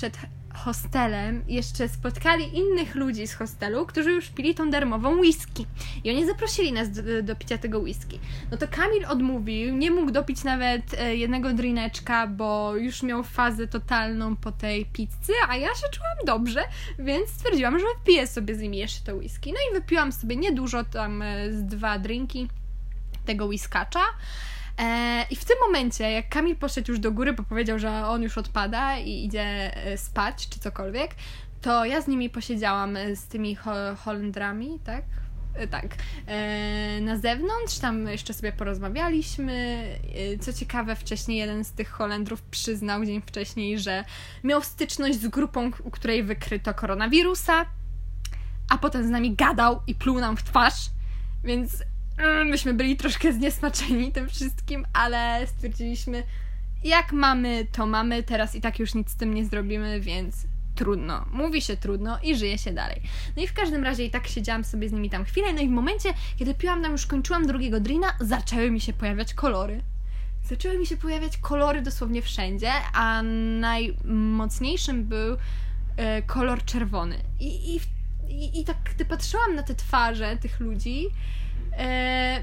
hostelem jeszcze spotkali innych ludzi z hostelu, którzy już pili tą darmową whisky. I oni zaprosili nas do, do picia tego whisky. No to Kamil odmówił, nie mógł dopić nawet jednego drineczka, bo już miał fazę totalną po tej pizzy, a ja się czułam dobrze, więc stwierdziłam, że wypiję sobie z nimi jeszcze to whisky. No i wypiłam sobie niedużo, tam z dwa drinki tego whiskacza. I w tym momencie, jak Kamil poszedł już do góry, bo powiedział, że on już odpada i idzie spać, czy cokolwiek, to ja z nimi posiedziałam, z tymi ho- Holendrami, tak? Tak. Na zewnątrz, tam jeszcze sobie porozmawialiśmy. Co ciekawe, wcześniej jeden z tych Holendrów przyznał dzień wcześniej, że miał styczność z grupą, u której wykryto koronawirusa, a potem z nami gadał i pluł nam w twarz, więc myśmy byli troszkę zniesmaczeni tym wszystkim, ale stwierdziliśmy, jak mamy, to mamy, teraz i tak już nic z tym nie zrobimy, więc trudno. Mówi się trudno i żyje się dalej. No i w każdym razie i tak siedziałam sobie z nimi tam chwilę, no i w momencie, kiedy piłam tam, już kończyłam drugiego drina, zaczęły mi się pojawiać kolory. Zaczęły mi się pojawiać kolory dosłownie wszędzie, a najmocniejszym był e, kolor czerwony. I, i, i, i tak, gdy patrzyłam na te twarze tych ludzi, e,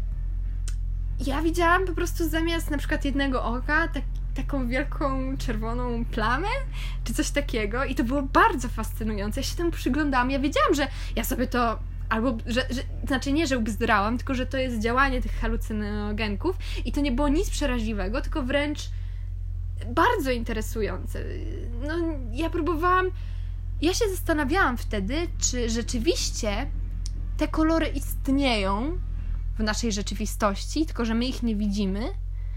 ja widziałam po prostu zamiast na przykład jednego oka tak, taką wielką czerwoną plamę, czy coś takiego, i to było bardzo fascynujące. Ja się temu przyglądałam, ja wiedziałam, że ja sobie to albo, że, że znaczy nie, że ubzdrałam, tylko że to jest działanie tych halucynogenków i to nie było nic przeraźliwego, tylko wręcz bardzo interesujące. No, ja próbowałam, ja się zastanawiałam wtedy, czy rzeczywiście te kolory istnieją w naszej rzeczywistości, tylko że my ich nie widzimy,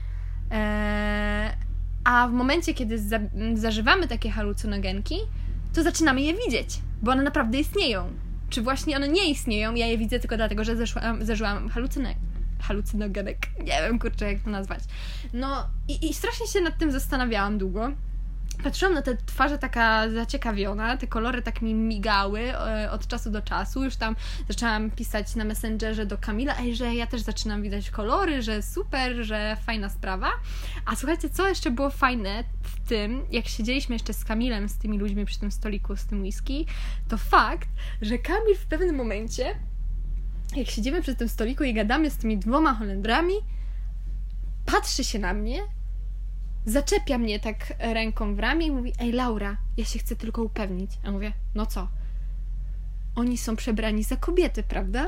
eee, a w momencie, kiedy za, zażywamy takie halucynogenki, to zaczynamy je widzieć, bo one naprawdę istnieją. Czy właśnie one nie istnieją, ja je widzę tylko dlatego, że zeszłam, zażyłam halucynek, halucynogenek. Nie wiem, kurczę, jak to nazwać. No i, i strasznie się nad tym zastanawiałam długo. Patrzyłam na te twarze taka zaciekawiona, te kolory tak mi migały e, od czasu do czasu. Już tam zaczęłam pisać na Messengerze do Kamila, ej, że ja też zaczynam widać kolory, że super, że fajna sprawa. A słuchajcie, co jeszcze było fajne w tym, jak siedzieliśmy jeszcze z Kamilem, z tymi ludźmi przy tym stoliku z tym whisky, to fakt, że Kamil w pewnym momencie, jak siedzimy przy tym stoliku i gadamy z tymi dwoma Holendrami, patrzy się na mnie, zaczepia mnie tak ręką w ramię i mówi, ej Laura, ja się chcę tylko upewnić. A mówię, no co? Oni są przebrani za kobiety, prawda?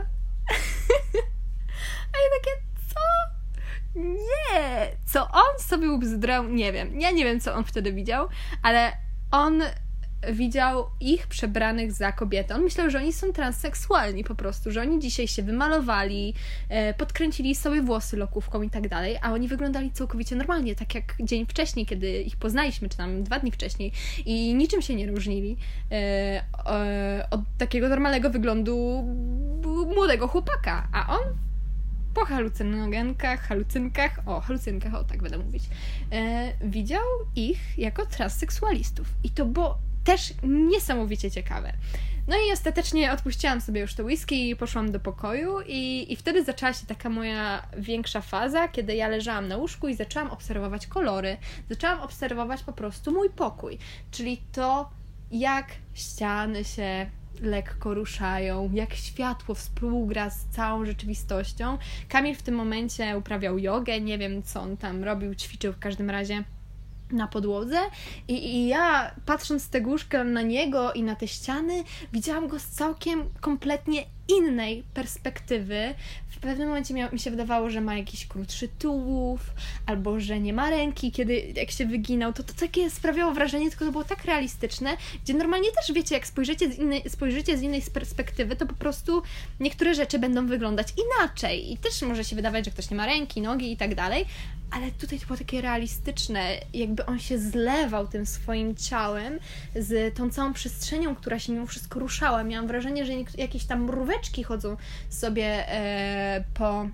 A ja takie, co? Nie! Co on sobie ubzdrał? Nie wiem. Ja nie wiem, co on wtedy widział, ale on widział ich przebranych za kobiety. On myślał, że oni są transseksualni po prostu, że oni dzisiaj się wymalowali, e, podkręcili sobie włosy lokówką i tak dalej, a oni wyglądali całkowicie normalnie, tak jak dzień wcześniej, kiedy ich poznaliśmy, czy tam dwa dni wcześniej, i niczym się nie różnili e, e, od takiego normalnego wyglądu młodego chłopaka, a on po halucynogenkach, halucynkach, o, halucynkach, o tak będę mówić, e, widział ich jako transseksualistów. I to było też niesamowicie ciekawe. No i ostatecznie odpuściłam sobie już to whisky i poszłam do pokoju i, i wtedy zaczęła się taka moja większa faza, kiedy ja leżałam na łóżku i zaczęłam obserwować kolory. Zaczęłam obserwować po prostu mój pokój, czyli to, jak ściany się lekko ruszają, jak światło współgra z całą rzeczywistością. Kamil w tym momencie uprawiał jogę, nie wiem, co on tam robił, ćwiczył w każdym razie na podłodze i, i ja, patrząc z tego łóżka na niego i na te ściany, widziałam go z całkiem kompletnie innej perspektywy. W pewnym momencie miał, mi się wydawało, że ma jakiś krótszy tułów, albo że nie ma ręki, kiedy jak się wyginał, to to takie sprawiało wrażenie, tylko to było tak realistyczne, gdzie normalnie też, wiecie, jak spojrzycie z innej, spojrzycie z innej perspektywy, to po prostu niektóre rzeczy będą wyglądać inaczej i też może się wydawać, że ktoś nie ma ręki, nogi i tak dalej, ale tutaj to było takie realistyczne, jakby on się zlewał tym swoim ciałem z tą całą przestrzenią, która się mimo wszystko ruszała. Miałam wrażenie, że jakieś tam mróweczki chodzą sobie e, po,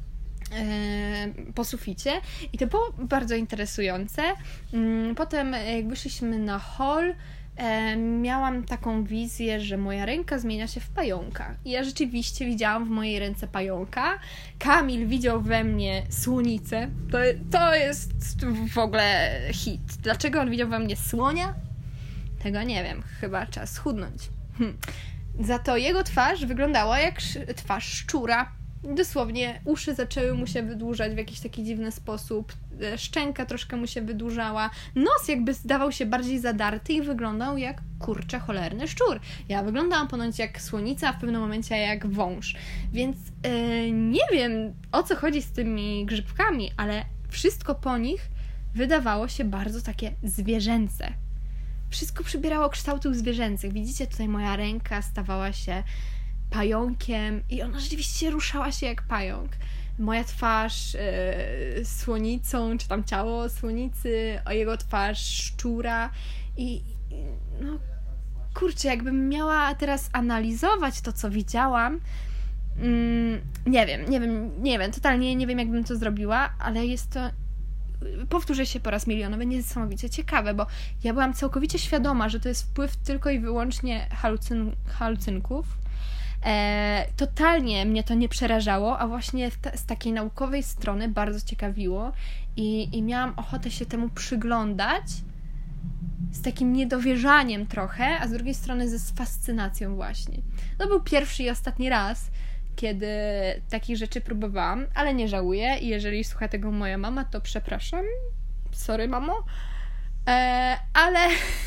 e, po suficie i to było bardzo interesujące. Potem jak wyszliśmy na hall, E, miałam taką wizję, że moja ręka zmienia się w pająka. I ja rzeczywiście widziałam w mojej ręce pająka. Kamil widział we mnie słonicę. To, to jest w ogóle hit. Dlaczego on widział we mnie słonia? Tego nie wiem, chyba czas schudnąć. Hm. Za to jego twarz wyglądała jak sz- twarz szczura. Dosłownie uszy zaczęły mu się wydłużać w jakiś taki dziwny sposób, szczęka troszkę mu się wydłużała, nos jakby zdawał się bardziej zadarty i wyglądał jak kurczę cholerny szczur. Ja wyglądałam ponoć jak słonica, a w pewnym momencie jak wąż. Więc yy, nie wiem, o co chodzi z tymi grzybkami, ale wszystko po nich wydawało się bardzo takie zwierzęce. Wszystko przybierało kształtów zwierzęcych. Widzicie, tutaj moja ręka stawała się pająkiem i ona rzeczywiście ruszała się jak pająk. Moja twarz yy, słonicą, czy tam ciało słonicy, o jego twarz szczura i, i no kurczę, jakbym miała teraz analizować to, co widziałam, mm, nie wiem, nie wiem, nie wiem, totalnie nie wiem, jakbym to zrobiła, ale jest to, powtórzę się po raz milionowy, niesamowicie ciekawe, bo ja byłam całkowicie świadoma, że to jest wpływ tylko i wyłącznie halucyn, halucynków. E, totalnie mnie to nie przerażało, a właśnie ta, z takiej naukowej strony bardzo ciekawiło i, i miałam ochotę się temu przyglądać z takim niedowierzaniem trochę, a z drugiej strony ze z fascynacją właśnie. To był pierwszy i ostatni raz, kiedy takich rzeczy próbowałam, ale nie żałuję i jeżeli słucha tego moja mama, to przepraszam. Sorry, mamo. E, ale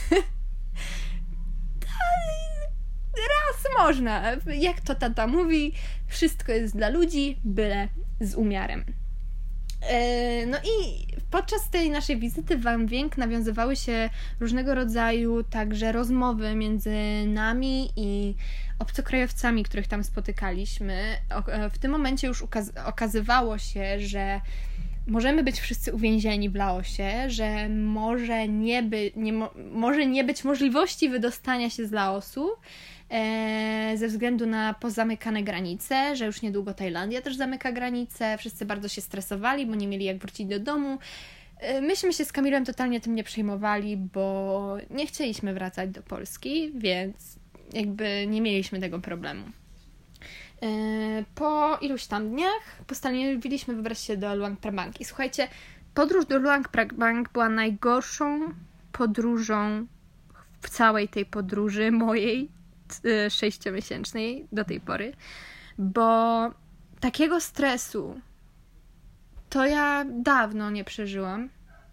raz można. Jak to tata mówi, wszystko jest dla ludzi, byle z umiarem. E, no i podczas tej naszej wizyty w Wang Vieng nawiązywały się różnego rodzaju także rozmowy między nami i obcokrajowcami, których tam spotykaliśmy. W tym momencie już ukaz- okazywało się, że możemy być wszyscy uwięzieni w Laosie, że może nie, by, nie, mo- może nie być możliwości wydostania się z Laosu e, ze względu na pozamykane granice, że już niedługo Tajlandia też zamyka granice, wszyscy bardzo się stresowali, bo nie mieli jak wrócić do domu. E, myśmy się z Kamilem totalnie tym nie przejmowali, bo nie chcieliśmy wracać do Polski, więc jakby nie mieliśmy tego problemu. Po iluś tam dniach postanowiliśmy wybrać się do Luang Prabang. I słuchajcie, podróż do Luang Prabang była najgorszą podróżą w całej tej podróży mojej sześciomiesięcznej do tej pory, bo takiego stresu to ja dawno nie przeżyłam.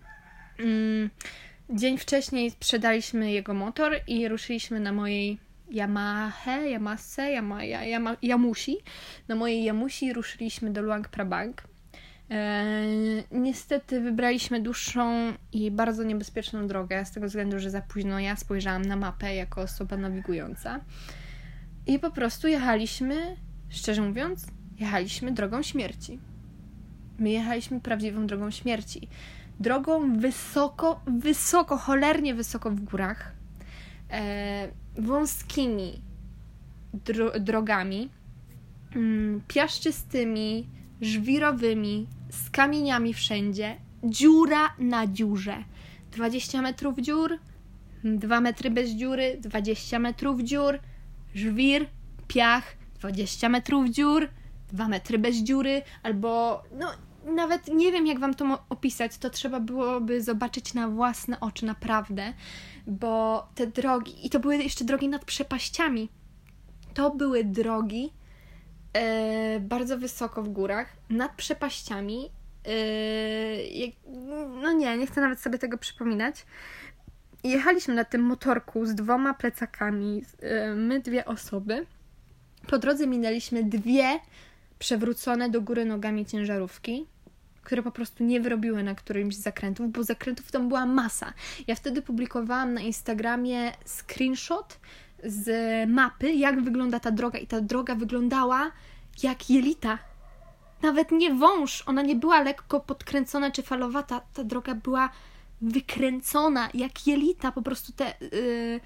Dzień wcześniej sprzedaliśmy jego motor i ruszyliśmy na mojej Yamaha, Yamase, Yama, Yama, Yamusi. Na mojej Yamusi ruszyliśmy do Luang Prabang. Eee, niestety wybraliśmy dłuższą i bardzo niebezpieczną drogę, z tego względu, że za późno ja spojrzałam na mapę jako osoba nawigująca. I po prostu jechaliśmy, szczerze mówiąc, jechaliśmy drogą śmierci. My jechaliśmy prawdziwą drogą śmierci. Drogą wysoko, wysoko, cholernie wysoko w górach. E, wąskimi dro- drogami, mm, piaszczystymi, żwirowymi, z kamieniami wszędzie, dziura na dziurze. dwadzieścia metrów dziur, dwa metry bez dziury, dwadzieścia metrów dziur, żwir, piach, dwadzieścia metrów dziur, dwa metry bez dziury, albo no nawet nie wiem, jak wam to opisać, to trzeba byłoby zobaczyć na własne oczy, naprawdę, bo te drogi, i to były jeszcze drogi nad przepaściami, to były drogi e, bardzo wysoko w górach, nad przepaściami, e, jak, no nie, nie chcę nawet sobie tego przypominać. Jechaliśmy na tym motorku z dwoma plecakami, e, my dwie osoby. Po drodze minęliśmy dwie przewrócone do góry nogami ciężarówki, które po prostu nie wyrobiły na którymś z zakrętów, bo zakrętów tam była masa. Ja wtedy publikowałam na Instagramie screenshot z mapy, jak wygląda ta droga, i ta droga wyglądała jak jelita. Nawet nie wąż, ona nie była lekko podkręcona czy falowata, ta droga była wykręcona jak jelita, po prostu te... Yy,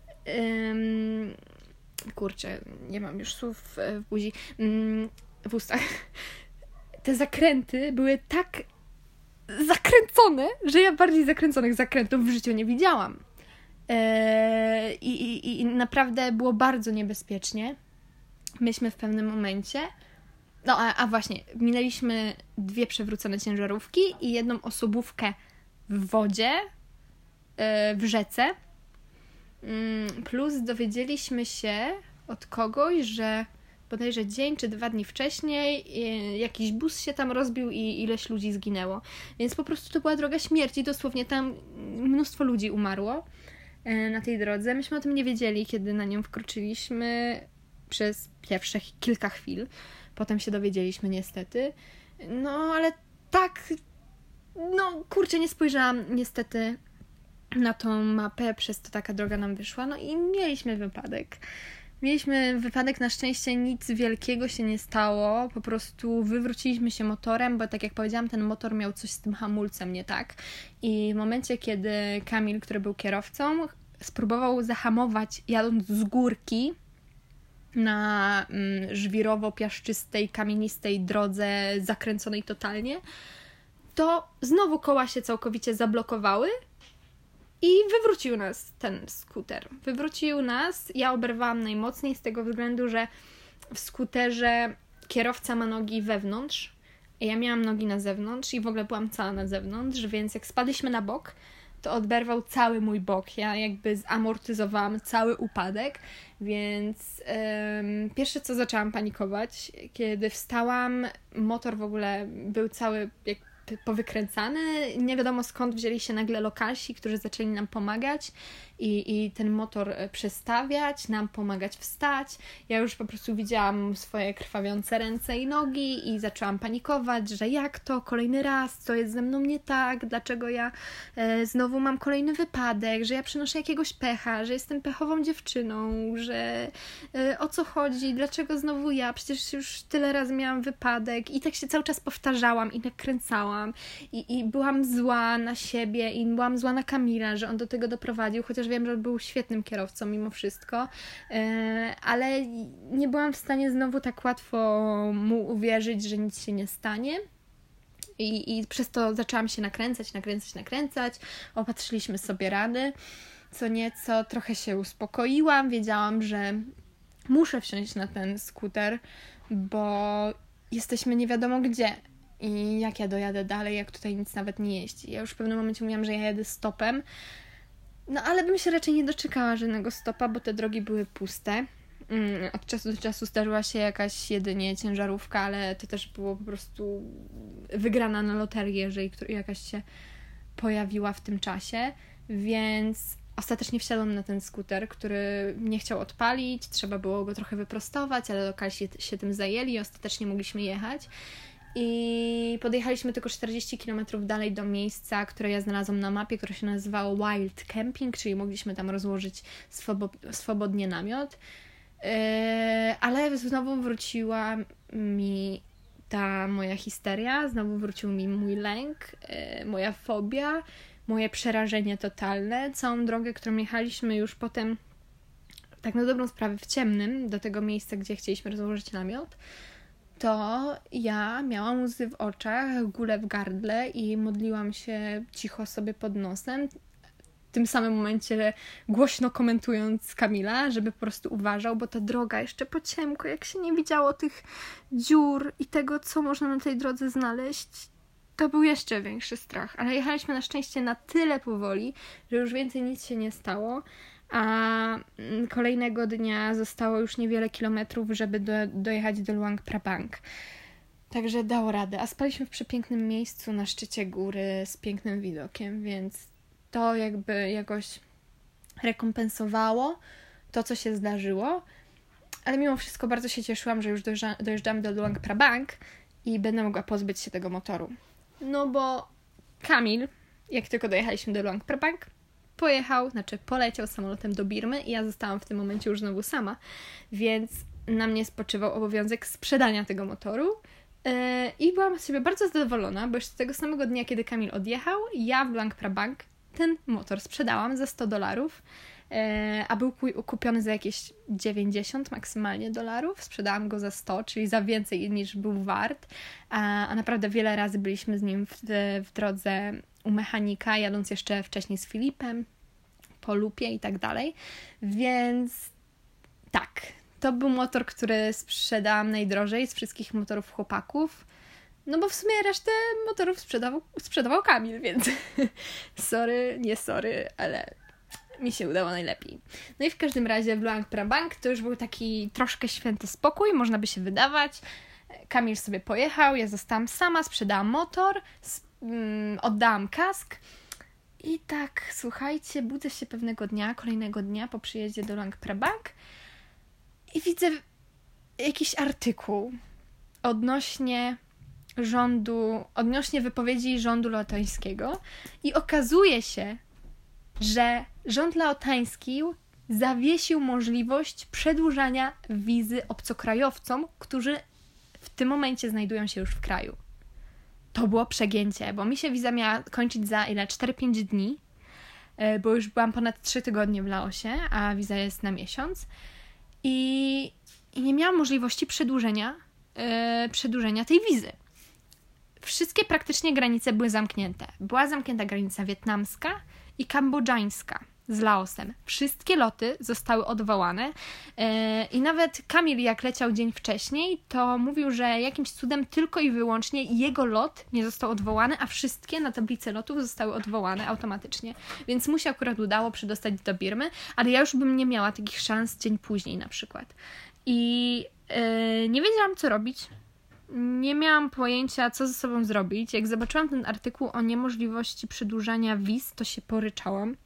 yy, kurczę, nie mam już słów w buzi, yy, w ustach. Te zakręty były tak zakręcone, że ja bardziej zakręconych zakrętów w życiu nie widziałam. Eee, i, i, I naprawdę było bardzo niebezpiecznie. Myśmy w pewnym momencie... No, a, a właśnie, minęliśmy dwie przewrócone ciężarówki i jedną osobówkę w wodzie, e, w rzece. Plus dowiedzieliśmy się od kogoś, że bodajże dzień czy dwa dni wcześniej jakiś bus się tam rozbił i ileś ludzi zginęło. Więc po prostu to była droga śmierci. Dosłownie tam mnóstwo ludzi umarło na tej drodze. Myśmy o tym nie wiedzieli, kiedy na nią wkroczyliśmy przez pierwsze kilka chwil. Potem się dowiedzieliśmy niestety. No ale tak, no kurczę, nie spojrzałam niestety na tą mapę, przez to taka droga nam wyszła. No i mieliśmy wypadek. Mieliśmy wypadek, na szczęście nic wielkiego się nie stało, po prostu wywróciliśmy się motorem, bo tak jak powiedziałam, ten motor miał coś z tym hamulcem nie tak. I w momencie, kiedy Kamil, który był kierowcą, spróbował zahamować jadąc z górki na mm, żwirowo-piaszczystej, kamienistej drodze, zakręconej totalnie, to znowu koła się całkowicie zablokowały i wywrócił nas ten skuter. Wywrócił nas, ja oberwałam najmocniej z tego względu, że w skuterze kierowca ma nogi wewnątrz, a ja miałam nogi na zewnątrz i w ogóle byłam cała na zewnątrz, więc jak spadliśmy na bok, to oberwał cały mój bok. Ja jakby zamortyzowałam cały upadek, więc um, pierwsze co zaczęłam panikować, kiedy wstałam, motor w ogóle był cały jak powykręcany, nie wiadomo skąd wzięli się nagle lokalsi, którzy zaczęli nam pomagać i, i ten motor przestawiać, nam pomagać wstać. Ja już po prostu widziałam swoje krwawiące ręce i nogi i zaczęłam panikować, że jak to, kolejny raz, co jest ze mną nie tak, dlaczego ja e, znowu mam kolejny wypadek, że ja przynoszę jakiegoś pecha, że jestem pechową dziewczyną, że e, o co chodzi, dlaczego znowu ja, przecież już tyle razy miałam wypadek i tak się cały czas powtarzałam i nakręcałam i, i byłam zła na siebie i byłam zła na Kamila, że on do tego doprowadził, chociaż wiem, że był świetnym kierowcą mimo wszystko, ale nie byłam w stanie znowu tak łatwo mu uwierzyć, że nic się nie stanie. I, i przez to zaczęłam się nakręcać, nakręcać, nakręcać. Opatrzyliśmy sobie rany. Co nieco, trochę się uspokoiłam. Wiedziałam, że muszę wsiąść na ten skuter, bo jesteśmy nie wiadomo gdzie. I jak ja dojadę dalej, jak tutaj nic nawet nie jeździ. Ja już w pewnym momencie mówiłam, że ja jedę stopem. No ale bym się raczej nie doczekała żadnego stopa, bo te drogi były puste. Od czasu do czasu zdarzyła się jakaś jedynie ciężarówka, ale to też było po prostu wygrana na loterię, jeżeli jakaś się pojawiła w tym czasie. Więc ostatecznie wsiadłam na ten skuter, który nie chciał odpalić. Trzeba było go trochę wyprostować, ale lokalsi się tym zajęli i ostatecznie mogliśmy jechać. I podjechaliśmy tylko czterdzieści kilometrów dalej do miejsca, które ja znalazłam na mapie, które się nazywało Wild Camping, czyli mogliśmy tam rozłożyć swobo- swobodnie namiot. Yy, ale znowu wróciła mi ta moja histeria, znowu wrócił mi mój lęk, yy, moja fobia, moje przerażenie totalne. Całą drogę, którą jechaliśmy już potem, tak na dobrą sprawę, w ciemnym, do tego miejsca, gdzie chcieliśmy rozłożyć namiot, to ja miałam łzy w oczach, gulę w gardle i modliłam się cicho sobie pod nosem. W tym samym momencie głośno komentując Kamila, żeby po prostu uważał, bo ta droga jeszcze po ciemku, jak się nie widziało tych dziur i tego, co można na tej drodze znaleźć, to był jeszcze większy strach. Ale jechaliśmy na szczęście na tyle powoli, że już więcej nic się nie stało. A kolejnego dnia zostało już niewiele kilometrów, żeby do, dojechać do Luang Prabang. Także dało radę. A spaliśmy w przepięknym miejscu na szczycie góry z pięknym widokiem, więc to jakby jakoś rekompensowało to, co się zdarzyło. Ale mimo wszystko bardzo się cieszyłam, że już dojeżdża, dojeżdżamy do Luang Prabang i będę mogła pozbyć się tego motoru. No bo Kamil, jak tylko dojechaliśmy do Luang Prabang, pojechał, znaczy poleciał samolotem do Birmy i ja zostałam w tym momencie już znowu sama, więc na mnie spoczywał obowiązek sprzedania tego motoru yy, i byłam z siebie bardzo zadowolona, bo jeszcze tego samego dnia, kiedy Kamil odjechał, ja w Luang Prabang ten motor sprzedałam za sto dolarów, yy, a był kupiony za jakieś dziewięćdziesiąt maksymalnie dolarów, sprzedałam go za sto, czyli za więcej niż był wart, a, a naprawdę wiele razy byliśmy z nim w, w drodze u mechanika, jadąc jeszcze wcześniej z Filipem, po lupie i tak dalej. Więc tak, to był motor, który sprzedałam najdrożej z wszystkich motorów chłopaków. No bo w sumie resztę motorów sprzedawał, sprzedawał Kamil, więc sorry, nie sorry, ale mi się udało najlepiej. No i w każdym razie w Luang Prabang to już był taki troszkę święty spokój, można by się wydawać. Kamil sobie pojechał, ja zostałam sama, sprzedałam motor, mm, oddałam kask i tak, słuchajcie, budzę się pewnego dnia, kolejnego dnia po przyjeździe do Luang Prabang i widzę jakiś artykuł odnośnie rządu, odnośnie wypowiedzi rządu laotańskiego i okazuje się, że rząd laotański zawiesił możliwość przedłużania wizy obcokrajowcom, którzy w tym momencie znajdują się już w kraju. To było przegięcie, bo mi się wiza miała kończyć za ile? cztery pięć dni, bo już byłam ponad trzy tygodnie w Laosie, a wiza jest na miesiąc i, i nie miałam możliwości przedłużenia, yy, przedłużenia tej wizy. Wszystkie praktycznie granice były zamknięte. Była zamknięta granica wietnamska i kambodżańska z Laosem. Wszystkie loty zostały odwołane yy, i nawet Kamil, jak leciał dzień wcześniej, to mówił, że jakimś cudem tylko i wyłącznie jego lot nie został odwołany, a wszystkie na tablicy lotów zostały odwołane automatycznie. Więc mu się akurat udało przedostać do Birmy, ale ja już bym nie miała takich szans dzień później na przykład. I yy, nie wiedziałam, co robić. Nie miałam pojęcia, co ze sobą zrobić. Jak zobaczyłam ten artykuł o niemożliwości przedłużania wiz, to się poryczałam,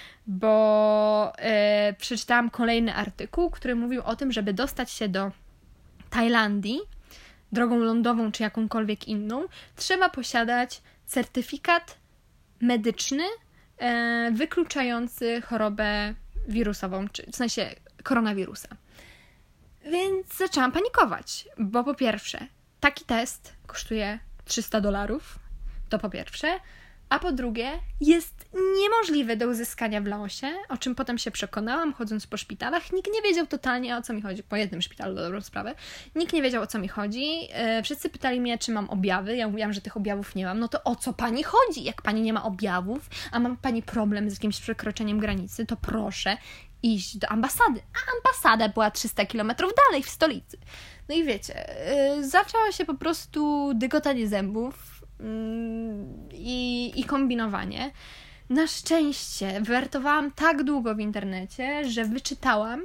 bo e, przeczytałam kolejny artykuł, który mówił o tym, żeby dostać się do Tajlandii drogą lądową czy jakąkolwiek inną, trzeba posiadać certyfikat medyczny e, wykluczający chorobę wirusową, czy w sensie koronawirusa. Więc zaczęłam panikować, bo po pierwsze, taki test kosztuje trzysta dolarów, to po pierwsze, a po drugie jest niemożliwy do uzyskania w Laosie, o czym potem się przekonałam, chodząc po szpitalach. Nikt nie wiedział totalnie, o co mi chodzi, po jednym szpitalu, do dobrą sprawę. Nikt nie wiedział, o co mi chodzi. Wszyscy pytali mnie, czy mam objawy. Ja mówiłam, że tych objawów nie mam. No to o co pani chodzi? Jak pani nie ma objawów, a ma pani problem z jakimś przekroczeniem granicy, to proszę iść do ambasady. A ambasada była trzysta kilometrów dalej, w stolicy. No i wiecie, yy, zaczęło się po prostu dygotanie zębów yy, i, i kombinowanie. Na szczęście wertowałam tak długo w internecie, że wyczytałam,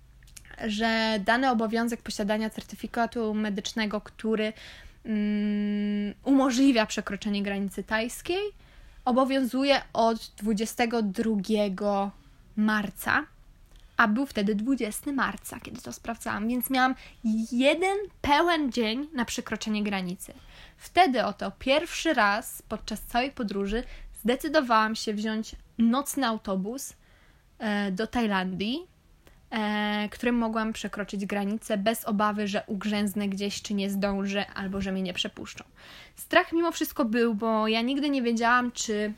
że dany obowiązek posiadania certyfikatu medycznego, który yy, umożliwia przekroczenie granicy tajskiej, obowiązuje od dwudziestego drugiego marca, a był wtedy dwudziestego marca, kiedy to sprawdzałam, więc miałam jeden pełen dzień na przekroczenie granicy. Wtedy oto pierwszy raz podczas całej podróży zdecydowałam się wziąć nocny autobus e, do Tajlandii, e, którym mogłam przekroczyć granicę bez obawy, że ugrzęznę gdzieś, czy nie zdążę, albo że mnie nie przepuszczą. Strach mimo wszystko był, bo ja nigdy nie wiedziałam, czy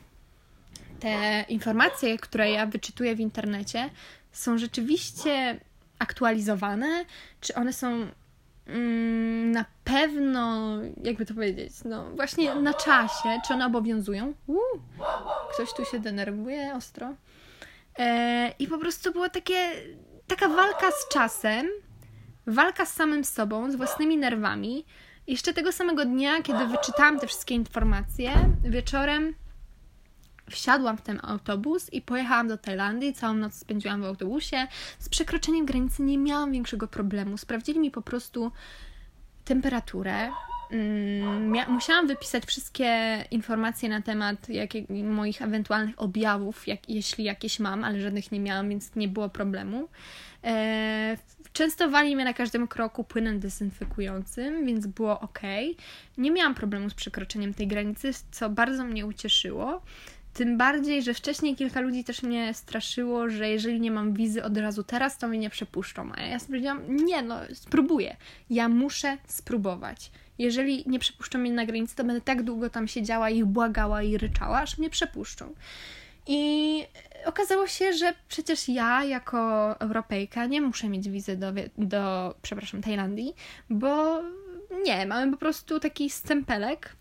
te informacje, które ja wyczytuję w internecie, są rzeczywiście aktualizowane, czy one są mm, na pewno, jakby to powiedzieć, no właśnie na czasie, czy one obowiązują. Uu, ktoś tu się denerwuje ostro. E, I po prostu była takie, taka walka z czasem, walka z samym sobą, z własnymi nerwami. Jeszcze tego samego dnia, kiedy wyczytałam te wszystkie informacje, wieczorem wsiadłam w ten autobus i pojechałam do Tajlandii. Całą noc spędziłam w autobusie. Z przekroczeniem granicy nie miałam większego problemu. Sprawdzili mi po prostu temperaturę. Mia- musiałam wypisać wszystkie informacje na temat jakie, moich ewentualnych objawów, jak, jeśli jakieś mam, ale żadnych nie miałam, więc nie było problemu. E, częstowali mnie na każdym kroku płynem dezynfekującym, więc było ok. Nie miałam problemu z przekroczeniem tej granicy, co bardzo mnie ucieszyło. Tym bardziej, że wcześniej kilka ludzi też mnie straszyło, że jeżeli nie mam wizy od razu teraz, to mnie nie przepuszczą. A ja sobie powiedziałam, nie no, spróbuję. Ja muszę spróbować. Jeżeli nie przepuszczą mnie na granicy, to będę tak długo tam siedziała i ich błagała i ryczała, aż mnie przepuszczą. I okazało się, że przecież ja jako Europejka nie muszę mieć wizy do, do przepraszam, Tajlandii, bo nie, mamy po prostu taki stempelek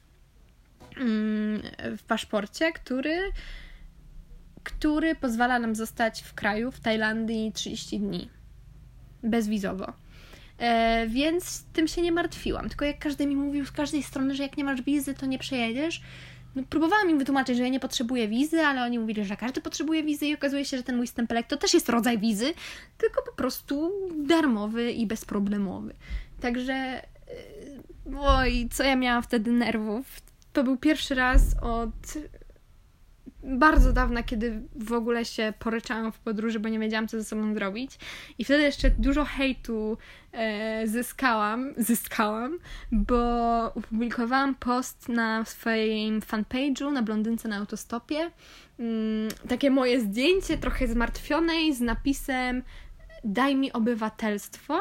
w paszporcie, który, który pozwala nam zostać w kraju, w Tajlandii trzydzieści dni. Bezwizowo. E, więc tym się nie martwiłam. Tylko jak każdy mi mówił z każdej strony, że jak nie masz wizy, to nie przejedziesz, no, próbowałam im wytłumaczyć, że ja nie potrzebuję wizy, ale oni mówili, że każdy potrzebuje wizy i okazuje się, że ten mój stempelek to też jest rodzaj wizy, tylko po prostu darmowy i bezproblemowy. Także oj, co ja miałam wtedy nerwów. To był pierwszy raz od bardzo dawna, kiedy w ogóle się poryczałam w podróży, bo nie wiedziałam, co ze sobą zrobić. I wtedy jeszcze dużo hejtu e, zyskałam, zyskałam, bo opublikowałam post na swoim fanpage'u, na blondynce na autostopie. Mm, takie moje zdjęcie, trochę zmartwionej, z napisem daj mi obywatelstwo.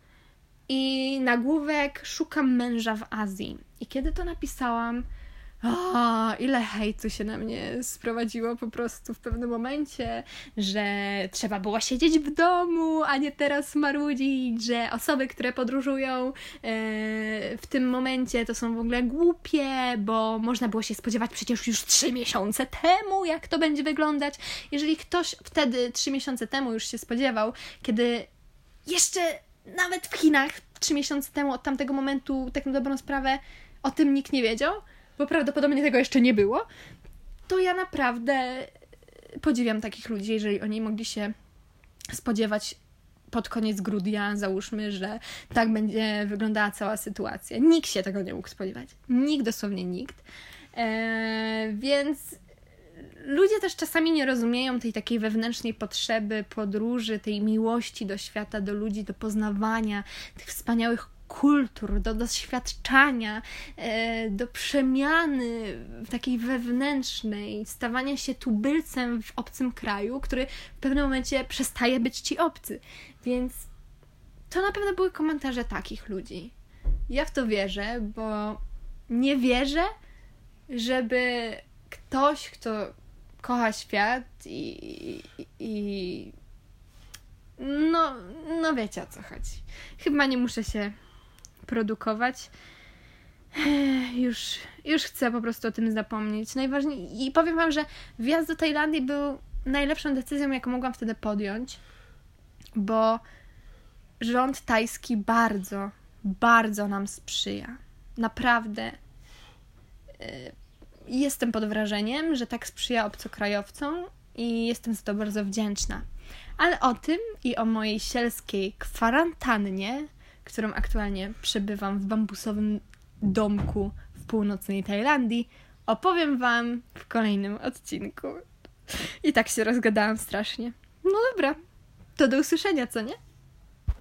I nagłówek szukam męża w Azji. I kiedy to napisałam, o, ile hejtu się na mnie sprowadziło po prostu w pewnym momencie, że trzeba było siedzieć w domu, a nie teraz marudzić, że osoby, które podróżują e, w tym momencie to są w ogóle głupie, bo można było się spodziewać przecież już trzy miesiące temu, jak to będzie wyglądać. Jeżeli ktoś wtedy trzy miesiące temu już się spodziewał, kiedy jeszcze nawet w Chinach trzy miesiące temu od tamtego momentu, tak na dobrą sprawę, o tym nikt nie wiedział, bo prawdopodobnie tego jeszcze nie było, to ja naprawdę podziwiam takich ludzi, jeżeli oni mogli się spodziewać pod koniec grudnia, załóżmy, że tak będzie wyglądała cała sytuacja. Nikt się tego nie mógł spodziewać. Nikt, dosłownie nikt. Eee, więc ludzie też czasami nie rozumieją tej takiej wewnętrznej potrzeby podróży, tej miłości do świata, do ludzi, do poznawania tych wspaniałych kultur, do doświadczania, do przemiany takiej wewnętrznej, stawania się tubylcem w obcym kraju, który w pewnym momencie przestaje być ci obcy. Więc to na pewno były komentarze takich ludzi. Ja w to wierzę, bo nie wierzę, żeby ktoś, kto kocha świat i, i, i no, no wiecie, o co chodzi. Chyba nie muszę się produkować. Już, już chcę po prostu o tym zapomnieć. Najważniej... I powiem wam, że wjazd do Tajlandii był najlepszą decyzją, jaką mogłam wtedy podjąć, bo rząd tajski bardzo, bardzo nam sprzyja. Naprawdę jestem pod wrażeniem, że tak sprzyja obcokrajowcom i jestem za to bardzo wdzięczna. Ale o tym i o mojej sielskiej kwarantannie, którą aktualnie przebywam w bambusowym domku w północnej Tajlandii, opowiem wam w kolejnym odcinku. I tak się rozgadałam strasznie. No dobra, to do usłyszenia, co nie?